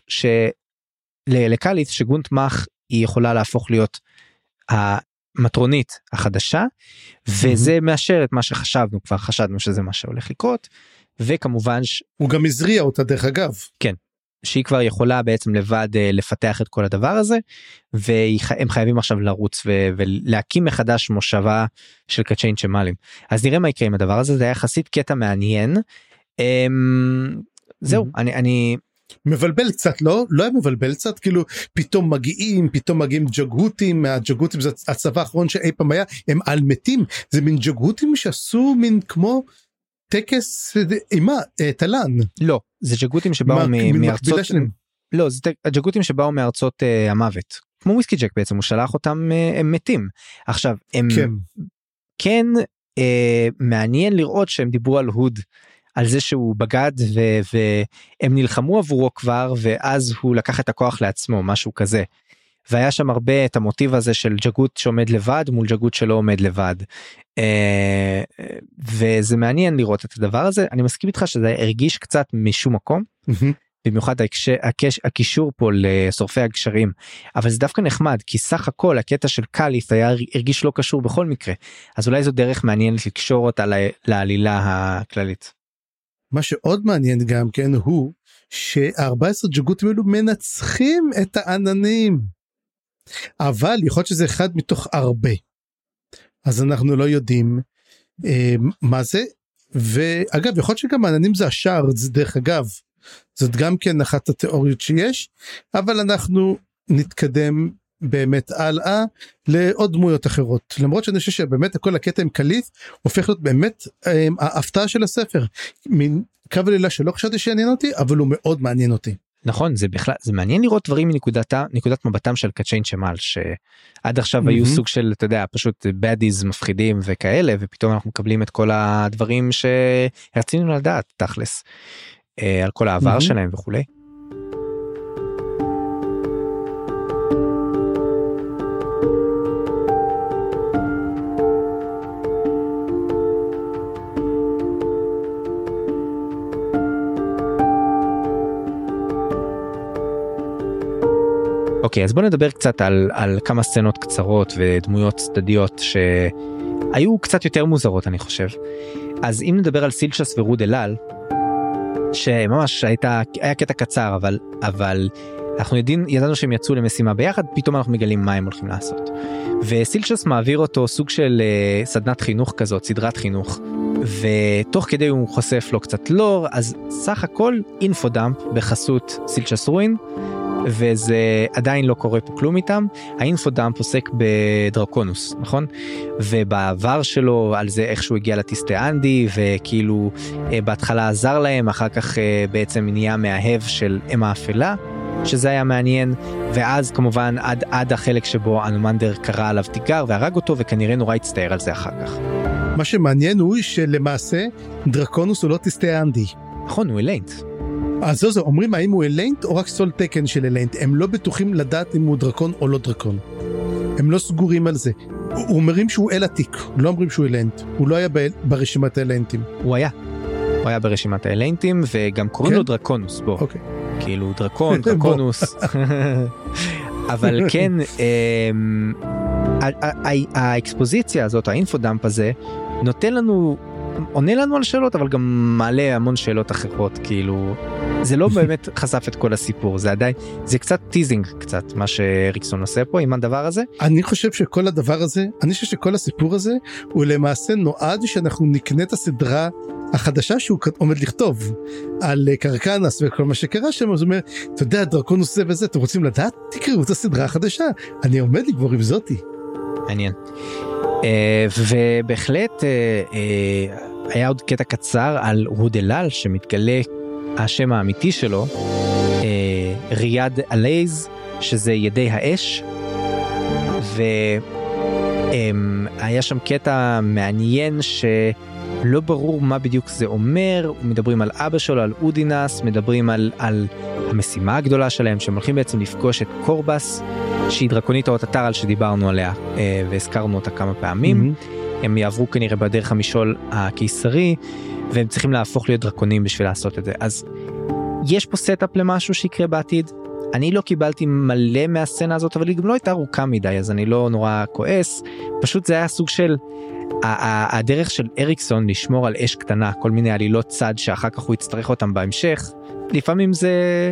לקאליף שגונטמח היא יכולה להפוך להיות המטרונית החדשה, וזה מאשר את מה שחשבנו, כבר חשדנו שזה מה שהולך לקרות, וכמובן הוא גם הזריע אותה דרך אגב. כן, שהיא כבר יכולה בעצם לבד לפתח את כל הדבר הזה, והם חייבים עכשיו לרוץ ולהקים מחדש מושבה של קצ'יין שמלים. אז נראה מה יקרה עם הדבר הזה, זה היה יחסית קטע מעניין. זהו, אני... מבלבל קצת, לא היה מבלבל קצת, כאילו פתאום מגיעים ג'גהותים, מהג'גהותים זה הצבא האחרון שאי פעם היה, הם על מתים, זה מין ג'גהותים שעשו מין כמו טקס, תלן. לא, זה ג'גהותים שבאו מארצות, לא, זה ג'גהותים שבאו מארצות המוות, כמו וויסקי ג'ק בעצם, הוא שלח אותם, הם מתים. עכשיו, הם כן מעניין לראות שהם דיברו על הוד, על זה שהוא בגד והם נלחמו עבורו כבר, ואז הוא לקח את הכוח לעצמו, משהו כזה. והיה שם הרבה את המוטיב הזה של ג'גות שעומד לבד מול ג'גות שלא עומד לבד. וזה מעניין לראות את הדבר הזה. אני מסכים איתך שזה הרגיש קצת משום מקום, במיוחד הקישור פה לשורפי הגשרים, אבל זה דווקא נחמד, כי סך הכל הקטע של קאליף הרגיש לא קשור בכל מקרה, אז אולי זו דרך מעניינת לקשור אותה לעלילה הכללית. מה שעוד מעניין גם כן הוא, ש14 ג'גותים אלו מנצחים את העננים, אבל יכול להיות שזה אחד מתוך הרבה, אז אנחנו לא יודעים מה זה, ואגב, יכול להיות שגם העננים זה השארדס, דרך אגב, זאת גם כן אחת התיאוריות שיש, אבל אנחנו נתקדם באמת הלאה לעוד דמויות אחרות, למרות שאני חושב שבאמת כל הקטע עם קליף הופך להיות באמת ההפתעה של הספר, מין קו עלילה שלא חשבתי שיעניין אותי, אבל הוא מאוד מעניין אותי. נכון, זה בכלל, זה מעניין לראות דברים מנקודת מבטם של קצ'יין שמל, שעד עכשיו היו סוג של, אתה יודע, פשוט בדיז מפחידים וכאלה, ופתאום אנחנו מקבלים את כל הדברים שרצינו לדעת, תכלס, על כל העבר שלהם וכולי. אוקיי, אז בוא נדבר קצת על כמה סצנות קצרות ודמויות צדדיות שהיו קצת יותר מוזרות, אני חושב. אז אם נדבר על סילצ'ס ורוד אלל, שממש היה קטע קצר, אבל אנחנו ידענו שהם יצאו למשימה ביחד, פתאום אנחנו מגלים מה הם הולכים לעשות. וסילצ'ס מעביר אותו סוג של סדנת חינוך כזאת, סדרת חינוך, ותוך כדי הוא חושף לו קצת לור, אז סך הכל אינפודאמפ בחסות סילצ'ס רואין, וזה עדיין לא קורה פה כלום איתם. האינפודאמפ עוסק בדרקונוס, נכון? ובעבר שלו על זה איך שהוא הגיע לטיסטאנדי, וכאילו בהתחלה עזר להם, אחר כך בעצם נהיה מאהב של אם האפלה, שזה היה מעניין, ואז כמובן עד החלק שבו אנומנדר קרא עליו תיגר והרג אותו, וכנראה נורא הצטער על זה אחר כך. מה שמעניין הוא שלמעשה דרקונוס הוא לא טיסטאנדי. נכון, הוא אליינט. אז זו, אומרים האם הוא אליינט או רק סול תקן של אליינט, הם לא בטוחים לדעת אם הוא דרקון או לא דרקון, הם לא סגורים על זה. אומרים שהוא אל עתיק, לא אומרים שהוא אליינט, הוא לא היה ברשימת האליינטים. הוא היה ברשימת האליינטים, וגם קוראים לו דרקונוס, בוא, כאילו דרקון, דרקונוס. אבל כן, האקספוזיציה הזאת, האינפודאמפ הזה, עונה לנו על שאלות, אבל גם מעלה המון שאלות אחרות, כאילו, זה לא באמת חשף את כל הסיפור, זה קצת טיזינג קצת, מה שאריקסון עושה פה עם הדבר הזה. אני חושב שכל הדבר הזה, אני חושב שכל הסיפור הזה, הוא למעשה נועד שאנחנו נקנה את הסדרה החדשה שהוא עומד לכתוב, על קרקנס וכל מה שקרה שם, אז הוא אומר, אתה יודע, דרקונוס זה וזה, אתם רוצים לדעת? תקראו את הסדרה החדשה, אני עומד לגבור עם זאתי. מעניין. ובהחלט היה עוד קטע קצר על רוד אלל שמתגלה השם האמיתי שלו, ריאד אלייז, שזה ידי האש, והיה שם קטע מעניין שלא ברור מה בדיוק זה אומר, מדברים על אבא שלו, על אודינס, מדברים על המשימה הגדולה שלהם, שהם הולכים בעצם לפגוש את קורבס, שהיא דרקונית האוטטרל שדיברנו עליה, והזכרנו אותה כמה פעמים. הם יעברו כנראה בדרך המשול הקיסרי, והם צריכים להפוך להיות דרקונים בשביל לעשות את זה. אז יש פה סטאפ למשהו שיקרה בעתיד. אני לא קיבלתי מלא מהסצנה הזאת, אבל היא גם לא הייתה ארוכה מדי, אז אני לא נורא כועס. פשוט זה היה סוג של הדרך של אריקסון לשמור על אש קטנה, כל מיני עלילות צד שאחר כך הוא יצטרך אותם בהמשך. לפעמים זה...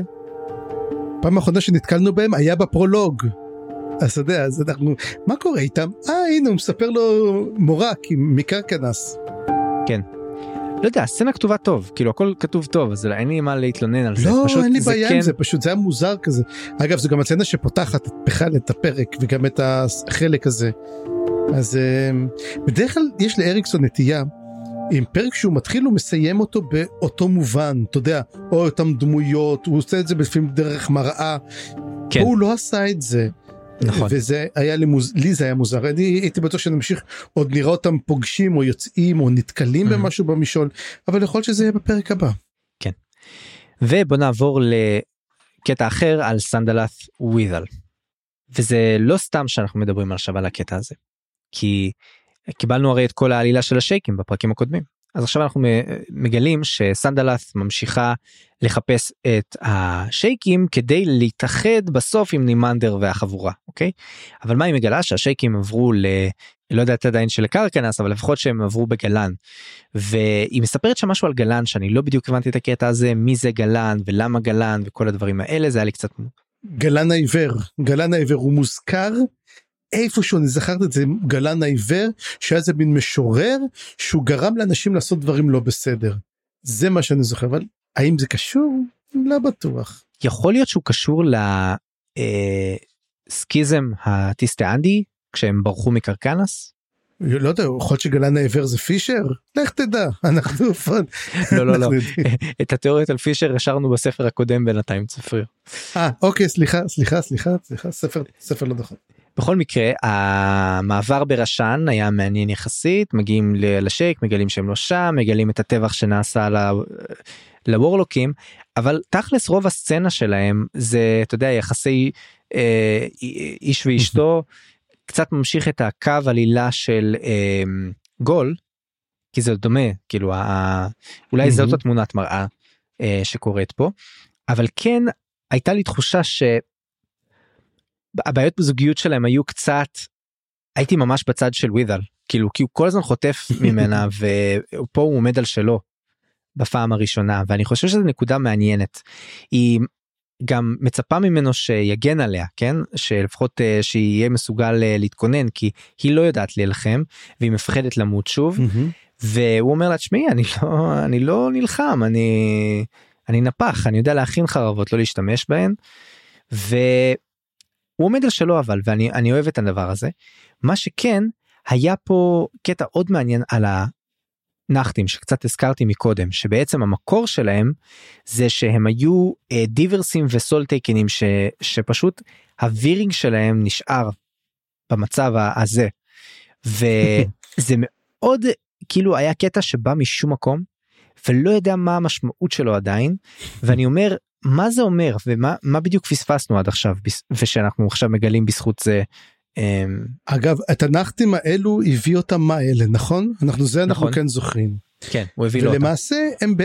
פעם האחרונה שנתקלנו בהם היה בפרולוג. אז אתה יודע, אז אנחנו, מה קורה איתם? הנה, הוא מספר לו מורק מקרקנס. כן. לא יודע, הסצנה כתובה טוב, כאילו הכל כתוב טוב, אז אין לי מה להתלונן על זה. לא, פשוט אין לי בעיה כן... עם זה, פשוט זה היה מוזר כזה. אגב, זו גם הסצנה שפותחת בכלל את הפרק, וגם את החלק הזה. אז בדרך כלל יש לאריקסון נטייה, עם פרק שהוא מתחיל הוא מסיים אותו באותו מובן, אתה יודע, או אותם דמויות, הוא עושה את זה לפעמים דרך מראה, כן. הוא לא עשה את זה. נכון. וזה היה לי זה היה מוזר, אני הייתי בטוח שנמשיך עוד נראה אותם פוגשים או יוצאים או נתקלים במשהו במשול, אבל יכול שזה יהיה בפרק הבא. כן. ובוא נעבור לקטע אחר על סנדלת ווית'ל, וזה לא סתם שאנחנו מדברים עכשיו על הקטע הזה, כי קיבלנו הרי את כל העלילה של השייקים בפרקים הקודמים, אז עכשיו אנחנו מגלים שסנדלת ממשיכה לחפש את השייקים כדי להתאחד בסוף עם נימנדר והחבורה, אוקיי? אבל מה היא מגלה? שהשייקים עברו לא יודעת עדיין של קרקנס, אבל לפחות שהם עברו בגלן, והיא מספרת שם משהו על גלן, שאני לא בדיוק הבנתי את הקטע הזה, מי זה גלן ולמה גלן וכל הדברים האלה, זה היה לי קצת... גלן העיוור הוא מוזכר איפשהו אני זכרת את זה, גלן העיוור, שהיה זה מין משורר, שהוא גרם לאנשים לעשות דברים לא בסדר. זה מה שאני זוכר, אבל האם זה קשור? לא בטוח. יכול להיות שהוא קשור לסקיזם הטיסטאנדי, כשהם ברחו מקרקנס? לא יודע, יכול להיות שגלן העיוור זה פישר? לך תדע, אנחנו לא, את התיאוריות על פישר השארנו בספר הקודם בינתיים צפריר. אוקיי, סליחה, ספר לא נכון. בכל מקרה, המעבר ברשן היה מעניין יחסית, מגיעים לשייק, מגלים שהם לא שם, מגלים את הטבח שנעשה לוורלוקים, אבל תכלס רוב הסצנה שלהם זה, אתה יודע, יחסי איש ואשתו, קצת ממשיך את הקו עלילה של גול, כי זה דומה, כאילו, אולי זאת התמונת מראה שקורית פה, אבל כן הייתה לי תחושה שהבעיות בזוגיות שלהם היו קצת, הייתי ממש בצד של ווית'ל, כאילו, כי הוא כל הזמן חוטף ממנה, ופה הוא עומד על שלו, בפעם הראשונה, ואני חושב שזו נקודה מעניינת, היא גם מצפה ממנו שיגן עליה, כן? שלפחות שיהיה מסוגל להתכונן, כי היא לא יודעת להילחם, והיא מפחדת למות שוב, והוא אומר לה, תשמעי, אני לא נלחם, אני נפח, אני יודע להכין חרבות, לא להשתמש בהן, והוא עומד על שלו אבל, ואני אוהב את הדבר הזה. מה שכן, היה פה קטע עוד מעניין על נחתים שקצת הזכרתי מקודם, שבעצם המקור שלהם זה שהם היו דיברסים וסולטייקנים שפשוט הווירינג שלהם נשאר במצב הזה, וזה מאוד כאילו היה קטע שבא משום מקום ולא יודע מה המשמעות שלו עדיין, ואני אומר מה זה אומר ומה בדיוק פספסנו עד עכשיו ושאנחנו עכשיו מגלים בזכות זה. אגב, את הנחתים האלו הביא אותם מה אלה, נכון? אנחנו כן זוכרים. כן, הוא הביא לו אותם. ולמעשה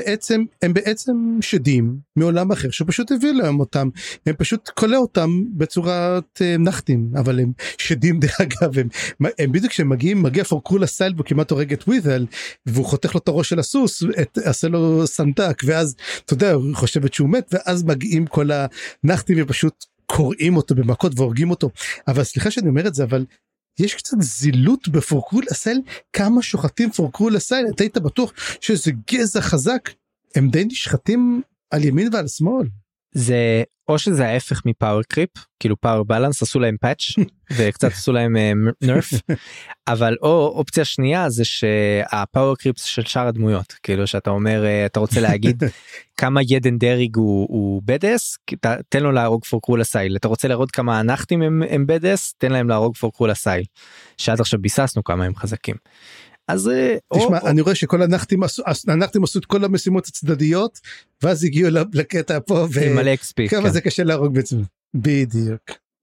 הם בעצם שדים מעולם אחר, שפשוט הביא להם אותם, הם פשוט קולה אותם בצורת נחתים, אבל הם שדים דרך אגב, הם בדיוק כשהם מגיעים, מגיע פורקרול הסייל, והוא כמעט הורג את ווית'ל, והוא חותך לו את הראש של הסוס, עשה לו סנדק, ואז, אתה יודע, הוא חושבת שהוא מת, ואז מגיעים כל הנחתים ופשוט קוראים אותו במכות והורגים אותו. אבל סליחה שאני אומר את זה, אבל יש קצת זילות בפורקרול הסייל, כמה שוחטים פורקרול הסייל, אתה היית בטוח שזה גזע חזק, הם די נשחטים על ימין ועל שמאל. זה או שזה ההפך מפאוור קריפ, כאילו פאוור בלנס, עשו להם פאץ' וקצת עשו להם נרף, אבל או אופציה שנייה זה שהפאוור קריפ של שאר הדמויות, כאילו שאתה אומר, אתה רוצה להגיד כמה ידן דריג הוא בדס, תן לו להרוג פורקרול הסייל, אתה רוצה לראות כמה הנחתים הם בדס, תן להם להרוג פורקרול הסייל, שעד עכשיו ביססנו כמה הם חזקים. אז תשמע, אני רואה שכל הנחתים עשו את כל המשימות הצדדיות, ואז הגיעו לקטע פה, וכמה זה קשה להרוג בעצם. בדיוק.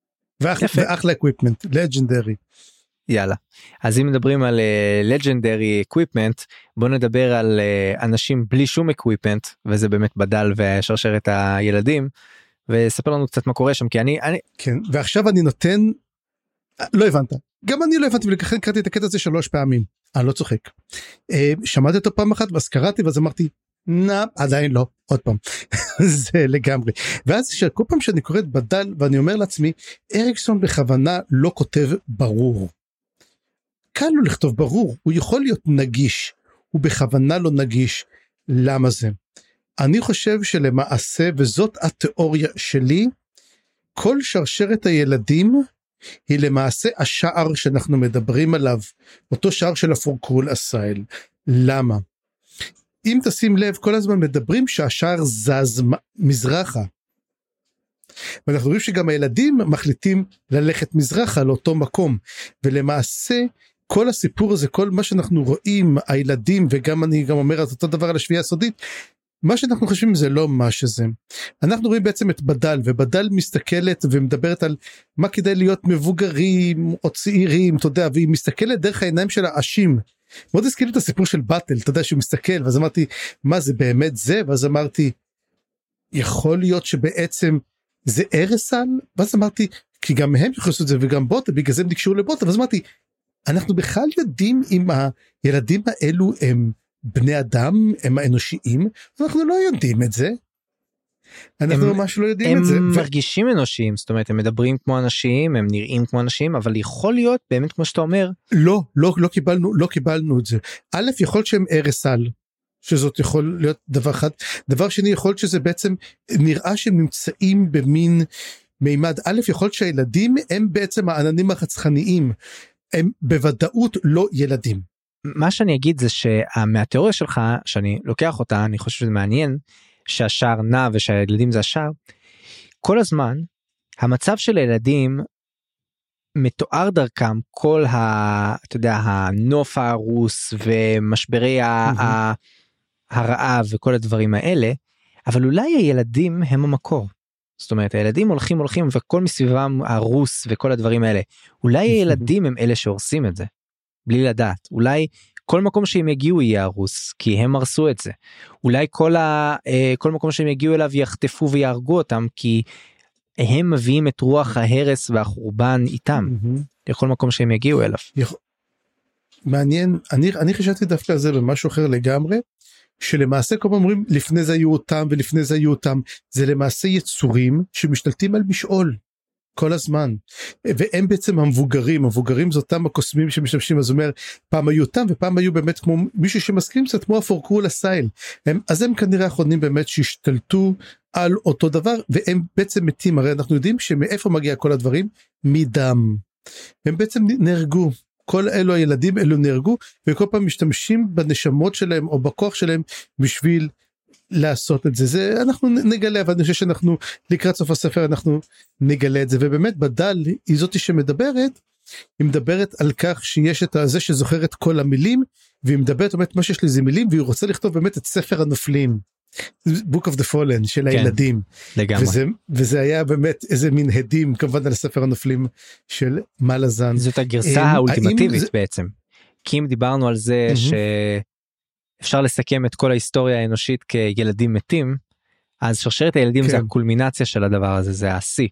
ואחלה אקוויפמנט, לג'נדרי. יאללה. אז אם מדברים על לג'נדרי אקוויפמנט, בוא נדבר על אנשים בלי שום אקוויפמנט, וזה באמת בדל ושרשרת הילדים, וספר לנו קצת מה קורה שם, כי אני... כן, ועכשיו אני נותן... לא הבנת. גם אני לא הבנתי, ולכן קראתי את הקטע הזה 3 פעמים. אני לא צוחק. שמעתי אותו פעם אחת, ואז קראתי, ואז אמרתי, עדיין לא, עוד פעם. זה לגמרי. ואז כל פעם שאני קוראת בדל, ואני אומר לעצמי, אריקסון בכוונה לא כותב ברור. קל לו לכתוב ברור, הוא יכול להיות נגיש, הוא בכוונה לא נגיש. למה זה? אני חושב שלמעשה, וזאת התיאוריה שלי, כל שרשרת הילדים, היא למעשה השער שאנחנו מדברים עליו, אותו שער של הפורקרול הסייל. למה? אם תשים לב, כל הזמן מדברים שהשער זז מזרחה. ואנחנו רואים שגם הילדים מחליטים ללכת מזרחה לאותו מקום, ולמעשה כל הסיפור הזה, כל מה שאנחנו רואים, הילדים, וגם אני גם אומר את אותו דבר על השביעייה הסודית, מה שאנחנו חושבים זה לא מה שזה. אנחנו רואים בעצם את בדל, ובדל מסתכלת ומדברת על מה כדאי להיות מבוגרים או צעירים, אתה יודע, והיא מסתכלת דרך העיניים של האשים. מאוד הזכיר את הסיפור של באטל, אתה יודע שהוא מסתכל, ואז אמרתי, מה זה באמת זה? ואז אמרתי, יכול להיות שבעצם זה ארסל? ואז אמרתי, כי גם הם יכולים לעשות את זה, וגם בוטה, בגלל זה הם נקשרו לבוטה, ואז אמרתי, אנחנו בכלל יודעים אם הילדים האלו הם בני אדם, הם האנושיים, אנחנו לא יודעים את זה. אנחנו ממש לא יודעים את זה. הם מרגישים אנושיים, זאת אומרת, הם מדברים כמו אנשים, הם נראים כמו אנשים, אבל יכול להיות, באמת כמו שאתה אומר. לא קיבלנו את זה. א', יכול להיות שהם ארסל, שזאת יכול להיות דבר אחד. דבר שני, יכול להיות שזה בעצם נראה שהם נמצאים במין מימד. א', יכול להיות שהילדים הם בעצם העננים הרצחניים, הם בוודאות לא ילדים. מה שאני אגיד זה שמהתיאוריה שלך, שאני לוקח אותה, אני חושב שזה מעניין, שהשער נע ושהילדים זה השער, כל הזמן, המצב של הילדים מתואר דרכם כל אתה יודע, הנוף הרוס ומשברי הרעב וכל הדברים האלה, אבל אולי הילדים הם המקור. זאת אומרת, הילדים הולכים וכל מסביבם הרוס וכל הדברים האלה. אולי הילדים הם אלה שהורסים את זה, בלי לדעת. אולי כל מקום שהם יגיעו יהיה הרוס, כי הם הרסו את זה. אולי כל מקום שהם יגיעו אליו יחטפו ויהרגו אותם, כי הם מביאים את רוח ההרס והחורבן איתם. לכל מקום שהם יגיעו אליו. מעניין, אני חשבתי דווקא על זה במשהו אחר לגמרי, שלמעשה כל פעם אומרים לפני זה היו אותם ולפני זה היו אותם, זה למעשה יצורים שמשתלטים על משעול כל הזמן, והם בעצם המבוגרים זה אותם הקוסמים שמשתמשים, אז אומר פעם היו אותם ופעם היו באמת כמו מישהו שמסכים קצת כמו הפורקול הסייל, אז הם כנראה האחרונים באמת שהשתלטו על אותו דבר, והם בעצם מתים, הרי אנחנו יודעים שמאיפה מגיע כל הדברים, מדם, הם בעצם נהרגו, כל אלו הילדים אלו נהרגו, וכל פעם משתמשים בנשמות שלהם או בכוח שלהם בשביל לעשות את זה. זה אנחנו נגלה, אבל אני חושב שאנחנו לקראת סוף הספר אנחנו נגלה את זה, ובאמת בדל היא זאתי שמדברת, היא מדברת על כך שיש את זה שזוכר את כל המילים, והיא מדברת באמת מה שיש לזה מילים, והיא רוצה לכתוב באמת את ספר הנופלים, Book of the Fallen של הילדים, לגמרי. וזה היה באמת איזה מין הדים כמובן על ספר הנופלים של מלאזן. זאת הגרסה האולטימטיבית בעצם, כי אם דיברנו על זה שאפשר לסכם את כל ההיסטוריה האנושית כילדים מתים, אז שרשרת הילדים זה הקולמינציה של הדבר הזה, זה השיא,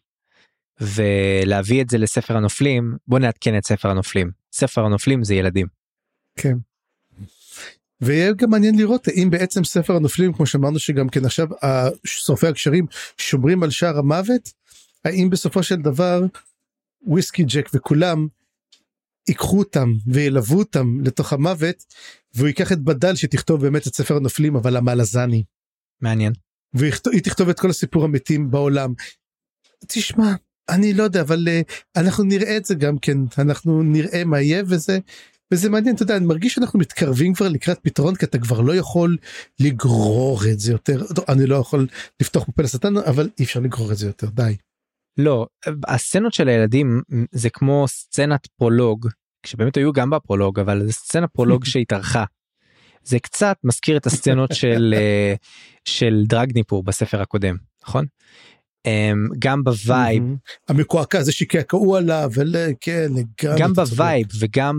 ולהביא את זה לספר הנופלים, בוא נעדכן את ספר הנופלים, ספר הנופלים זה ילדים. כן. ויהיה גם מעניין לראות האם בעצם ספר הנופלים, כמו שאמרנו שגם כן עכשיו שורפי הקשרים שומרים על שער המוות, האם בסופו של דבר וויסקי ג'ק וכולם ייקחו אותם וילוו אותם לתוך המוות, והוא ייקח את בדל שתכתוב באמת את ספר הנופלים, אבל המלאזני. מעניין. והיא תכתוב את כל הסיפור המתים בעולם. תשמע, אני לא יודע, אבל אנחנו נראה את זה גם כן, אנחנו נראה מה יהיה וזה מעניין, אתה יודע, אני מרגיש שאנחנו מתקרבים כבר לקראת פתרון, כי אתה כבר לא יכול לגרור את זה יותר, אני לא יכול לפתוח פה לשטן, אבל אי אפשר לגרור את זה יותר, די. לא, הסצנות של הילדים זה כמו סצנת פרולוג, כשבאמת היו גם בפרולוג, אבל זה סצנה פרולוג שהתארכה. זה קצת מזכיר את הסצנות של דרגניפור בספר הקודם, נכון? גם בווייב. המקועקע זה שקעקעו עליו, גם בווייב וגם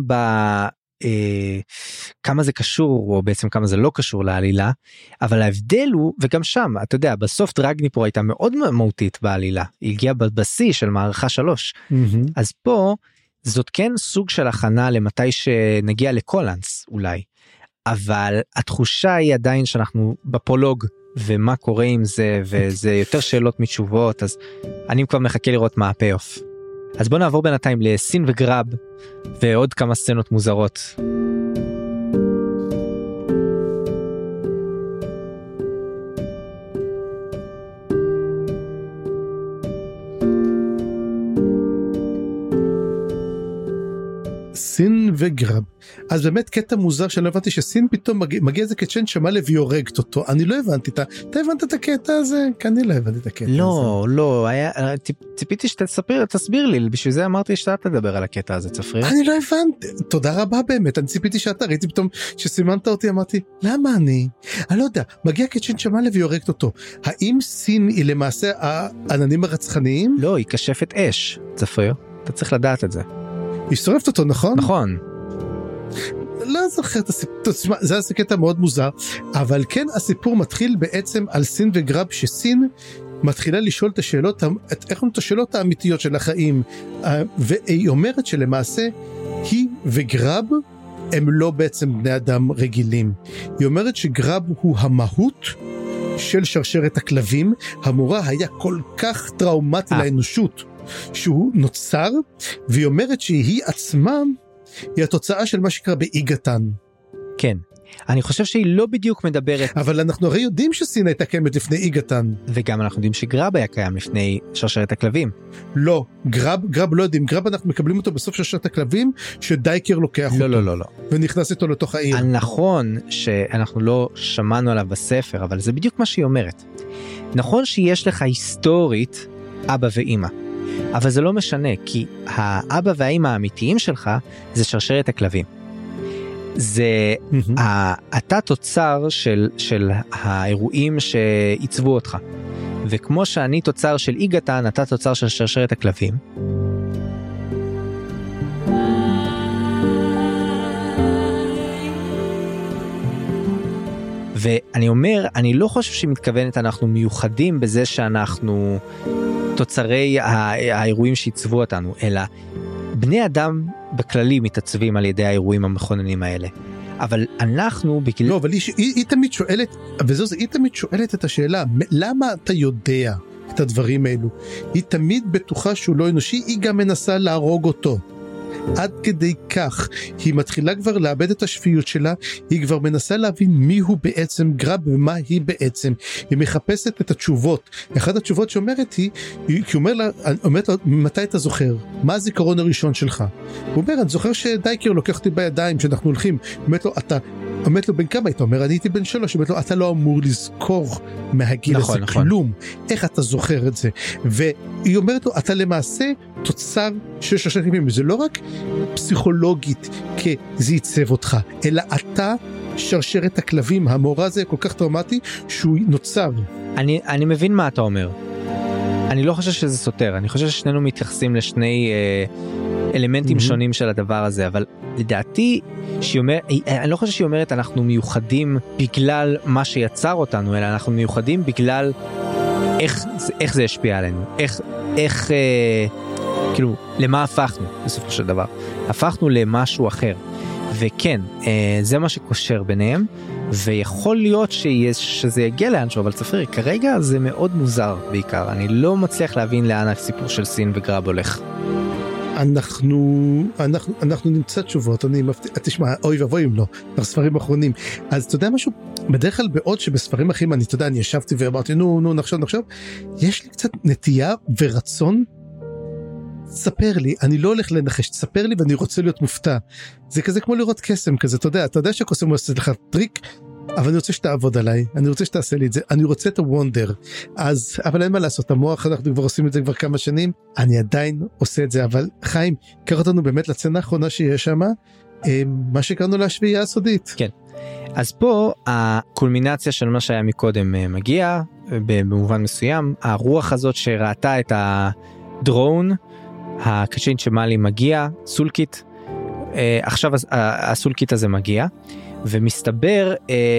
כמה זה קשור, או בעצם כמה זה לא קשור לעלילה, אבל ההבדל הוא, וגם שם, אתה יודע, בסוף דרגניפור הייתה מאוד מהותית בעלילה, היא הגיעה בבסיס של מערכה 3, אז פה, זאת כן סוג של הכנה למתי שנגיע לקולנס אולי, אבל התחושה היא עדיין שאנחנו בפרולוג, ומה קורה עם זה, וזה יותר שאלות מתשובות, אז אני כבר מחכה לראות מה הפי-אוף. אז בוא נעבור בינתיים לסין וגרב, ועוד כמה סצנות מוזרות. סין וגרב, אז באמת קטע מוזר שלא הבנתי שסין פתאום מגיע איזה קצ'ן שמאלה והיא הורגת אותו, אני לא הבנתי, אתה הבנת את הקטע הזה? כי אני לא הבנתי את הקטע הזה. לא, ציפיתי שתסביר לי, בשביל זה אמרתי שאתה תדבר על הקטע הזה, צפריר. אני לא הבנתי, תודה רבה באמת, אני ציפיתי שאתה, ראיתי פתאום שסימנת אותי, אמרתי, למה אני לא יודע, מגיע קצ'ן שמאלה והיא הורגת אותו, האם סין היא למעשה העננים הרצחניים? לא, היא כשפת אש, צפריר, אתה צריך לדעת את זה. היא שורפת אותו, נכון? נכון. לא זוכר את הסיפור, זה היה קטע מאוד מוזר, אבל כן הסיפור מתחיל בעצם על סין וגרב, שסין מתחילה לשאול את השאלות, את השאלות האמיתיות של החיים, והיא אומרת שלמעשה היא וגרב הם לא בעצם בני אדם רגילים, היא אומרת שגרב הוא המהות של שרשרת הכלבים, המורה היה כל כך טראומטי לאנושות, שהוא נוצר, והיא אומרת שהיא עצמה, היא התוצאה של מה שקרה באיגתן. כן. אני חושב שהיא לא בדיוק מדברת. אבל אנחנו הרי יודעים שסין הייתה קיימת לפני איגתן. וגם אנחנו יודעים שגרב היה קיים לפני שרשרת הכלבים. לא, גרב לא יודעים. גרב אנחנו מקבלים אותו בסוף שרשרת הכלבים, שדייקר לוקח אותו. לא. ונכנס איתו לתוך העיר. נכון שאנחנו לא שמענו עליו בספר, אבל זה בדיוק מה שהיא אומרת. נכון שיש לך היסטורית אבא ואמא, אבל זה לא משנה, כי האבא והאמא האמיתיים שלך זה שרשרת הכלבים. זה אתה תוצר של האירועים שעיצבו אותך, וכמו שאני תוצר של איגתן, אתה תוצר של שרשרת הכלבים. ואני אומר, אני לא חושב שהיא מתכוונת אנחנו מיוחדים בזה שאנחנו תוצרי האירועים שעיצבו אותנו, אלא בני אדם בכללי מתעצבים על ידי האירועים המכוננים האלה. אבל אנחנו בגלל... לא, אבל היא תמיד שואלת, היא תמיד שואלת את השאלה, למה אתה יודע את הדברים האלו? היא תמיד בטוחה שהוא לא אנושי, היא גם מנסה להרוג אותו. עד כדי כך, היא מתחילה כבר לאבד את השפיות שלה, היא כבר מנסה להבין מי הוא בעצם גרב ומה היא בעצם. היא מחפשת את התשובות. אחת התשובות שאומרת היא אומרת לה, מתי אתה זוכר? מה הזיכרון הראשון שלך? הוא אומר, אני זוכר שדייקר לוקח אותי בידיים שאנחנו הולכים. אומרת לו, בן כמה היית? אומר, אני הייתי בן 3. אומרת לו, אתה לא אמור לזכור מהגיל הזה כלום. איך אתה זוכר את זה? והיא אומרת לו, אתה למעשה תוצר של שרשרת הכלבים. זה לא רק פסיכולוגית כי זה ייצב אותך, אלא אתה שרשרת הכלבים. המורה הזה כל כך טראומטי שהוא נוצר. אני מבין מה אתה אומר. אני לא חושב שזה סותר. אני חושב ששנינו מתייחסים לשני אלמנטים שונים של הדבר הזה, אבל לדעתי אני לא חושב שהיא אומרת אנחנו מיוחדים בגלל מה שיצר אותנו, אלא אנחנו מיוחדים בגלל איך זה השפיע עלינו, איך כאילו למה הפכנו בסופו של דבר. הפכנו למשהו אחר, וכן, זה מה שקושר ביניהם, ויכול להיות שזה יגיע לאנשהו, אבל צפרי, כרגע זה מאוד מוזר בעיקר. אני לא מצליח להבין לאן הסיפור של סין וגרב הולך. אנחנו נמצא תשובות, תשמע, אוי ואבוי אם לא, בספרים האחרונים. אז אתה יודע משהו, בדרך כלל בעוד שבספרים אחרים, אני ישבתי ואמרתי, נו, נחשוב, יש לי קצת נטייה ורצון, ספר לי, אני לא הולך לנחש, תספר לי ואני רוצה להיות מופתע. זה כזה כמו לראות קסם כזה, אתה יודע שהקוסם עושה לך טריק, אבל אני רוצה שתעבוד עליי, אני רוצה שתעשה לי את זה, אני רוצה את הוונדר. אז, אבל אין מה לעשות, המוח, אנחנו כבר עושים את זה כבר כמה שנים, אני עדיין עושה את זה, אבל חיים, קרא אותנו באמת לצנה האחרונה שיש שם, מה שקראנו להשביעה הסודית. כן, אז פה הקולמינציה של מה שהיה מקודם מגיע, במובן מסוים, הרוח הזאת שראתה את הדרון, הקצ'ין שמאלי מגיע, סולקית, עכשיו הסולקית הזה מגיע, ומסתבר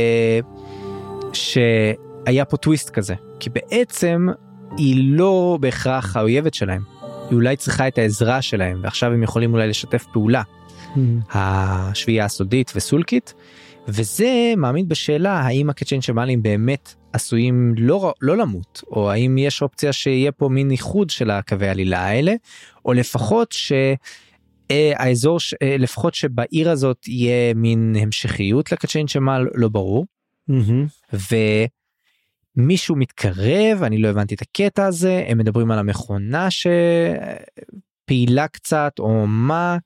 שהיה פה טוויסט כזה, כי בעצם היא לא בהכרח האויבת שלהם, היא אולי צריכה את העזרה שלהם, ועכשיו הם יכולים אולי לשתף פעולה, השביעה הסודית וסולקית, וזה מעמיד בשאלה, האם הקצ'ין שמאלים באמת עשויים לא למות, או האם יש אופציה שיהיה פה מין איחוד של הקווי העלילה האלה, או לפחות האזור, לפחות שבעיר הזאת יהיה מין המשכיות לקצ'ין שמאל, לא ברור. ומישהו מתקרב, אני לא הבנתי את הקטע הזה, הם מדברים על המכונה שפעילה קצת, או מה,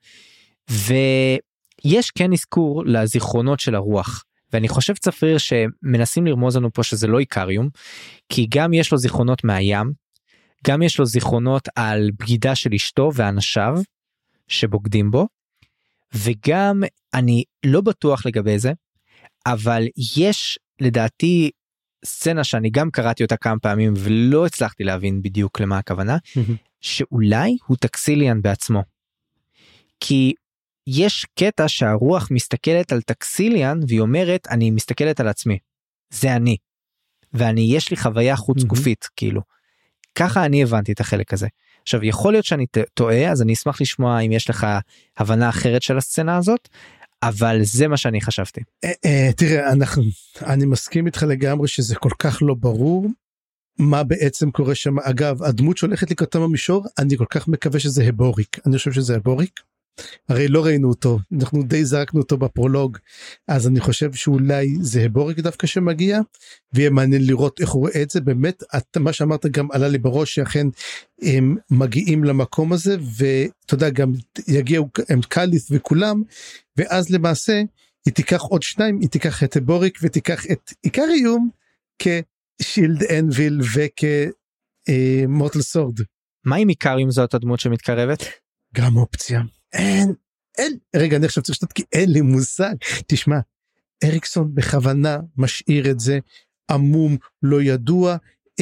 ויש כן אזכור לזיכרונות של הרוח, ואני חושב צפריר שמנסים לרמוז לנו פה שזה לא איקריום, כי גם יש לו זיכרונות מהים, גם יש לו זיכרונות על בגידה של אשתו ואנשיו, שבוגדים בו, וגם אני לא בטוח לגבי זה, אבל יש לדעתי סצנה שאני גם קראתי אותה כמה פעמים, ולא הצלחתי להבין בדיוק למה הכוונה, שאולי הוא טקסיליאן בעצמו. כי יש קטע שהרוח מסתכלת על טקסיליאן, והיא אומרת, אני מסתכלת על עצמי, זה אני, יש לי חוויה חוץ גופית, כאילו. ככה אני הבנתי את החלק הזה. עכשיו, יכול להיות שאני טועה, אז אני אשמח לשמוע אם יש לך הבנה אחרת של הסצנה הזאת, אבל זה מה שאני חשבתי. תראה, אני מסכים איתך לגמרי שזה כל כך לא ברור מה בעצם קורה שם. אגב, הדמות שהולכת לקראתם במישור, אני כל כך מקווה שזה הבוריק. אני חושב שזה הבוריק. הרי לא ראינו אותו, אנחנו די זרקנו אותו בפרולוג, אז אני חושב שאולי זה הבוריק דווקא שמגיע, ויהיה מעניין לראות איך הוא רואה את זה. באמת, מה שאמרת גם עלה לי בראש, שאכן הם מגיעים למקום הזה, ואתה יודע, גם יגיעו הם קלית' וכולם, ואז למעשה היא תיקח עוד שניים, היא תיקח את הבוריק ותיקח את עיקר איום כשילד אנביל וכמורטל סורד. מה עם עיקר אם זאת הדמות שמתקרבת? גם אופציה. אין, רגע, אני עכשיו צריך לשתות כי אין לי מושג. תשמע, אריקסון בכוונה משאיר את זה עמום, לא ידוע.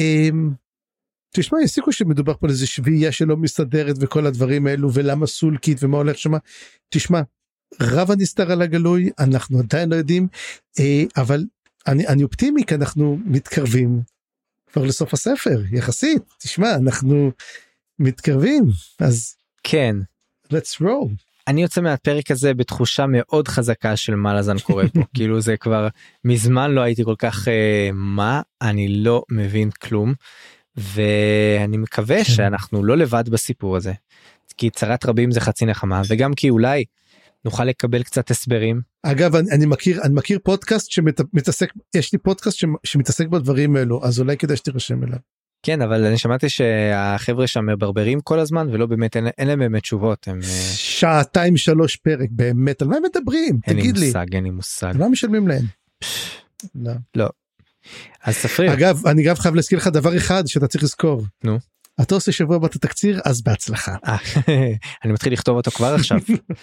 תשמע, יסיקו שמדובר פה על איזה שביעייה שלא מסתדרת וכל הדברים האלו, ולמה סולקית ומה הולך שמה. תשמע, רב הנסתר על הגלוי, אנחנו עדיין לא יודעים, אבל אני אופטימי כי אנחנו מתקרבים כבר לסוף הספר, יחסית. תשמע, אנחנו מתקרבים, אז כן. let's roll. אני יוצא מהפרק הזה בתחושה מאוד חזקה של מה לזן קורה פה. כאילו זה כבר מזמן לא הייתי כל כך מה, אני לא מבין כלום, ואני מקווה שאנחנו לא לבד בסיפור הזה, כי צרת רבים זה חצי נחמה, וגם כי אולי נוכל לקבל קצת הסברים. אגב, אני מכיר פודקאסט שמתעסק, יש לי פודקאסט שמתעסק בדברים האלו, אז אולי כדאי שתירשם אליו. כן, אבל אני שמעתי שהחבר'ה שם מברברים כל הזמן, ולא באמת, אין להם באמת תשובות. 2-3 פרק, באמת, על מה הם מדברים? תגיד לי. אין לי מושג. על מה משלמים להם? לא. אז ספרי. אגב, אני גם חייב להזכיר לך דבר אחד שאתה צריך לזכור. נו. אתה עושה שבוע הבא את התקציר, אז בהצלחה. אני מתחיל לכתוב אותו כבר עכשיו.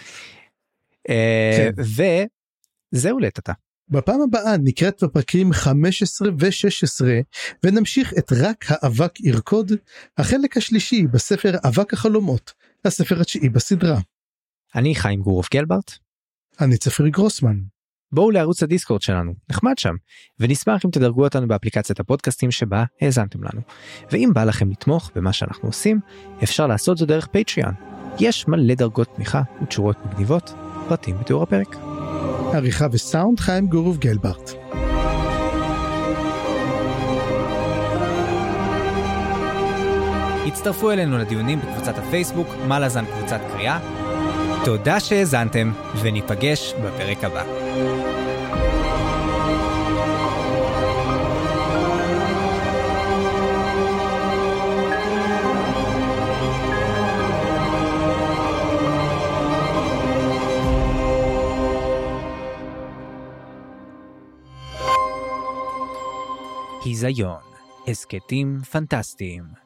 וזהו לטאטה. בפעם הבאה נקראת בפרקים 15 ו-16 ונמשיך את רק האבק ירקוד, החלק השלישי בספר אבק החלומות, הספר התשיעי בסדרה. אני חיים גורוב גלברט. אני צפרי גרוסמן. בואו לערוץ הדיסקורד שלנו, נחמד שם, ונשמח אם תדרגו אותנו באפליקציית הפודקאסטים שבה האזנתם לנו. ואם בא לכם לתמוך במה שאנחנו עושים, אפשר לעשות זו דרך פטריון. יש מלא דרגות תמיכה ותשורות מגניבות, פרטים בתיאור הפרק. עריכה וסאונד חיים גורוב גלברט. הצטרפו אלינו לדיונים בקבוצת הפייסבוק, מה לזן קבוצת קריאה. תודה שהאזנתם, וניפגש בפרק הבא. היזיון, הסקטים פנטסטיים.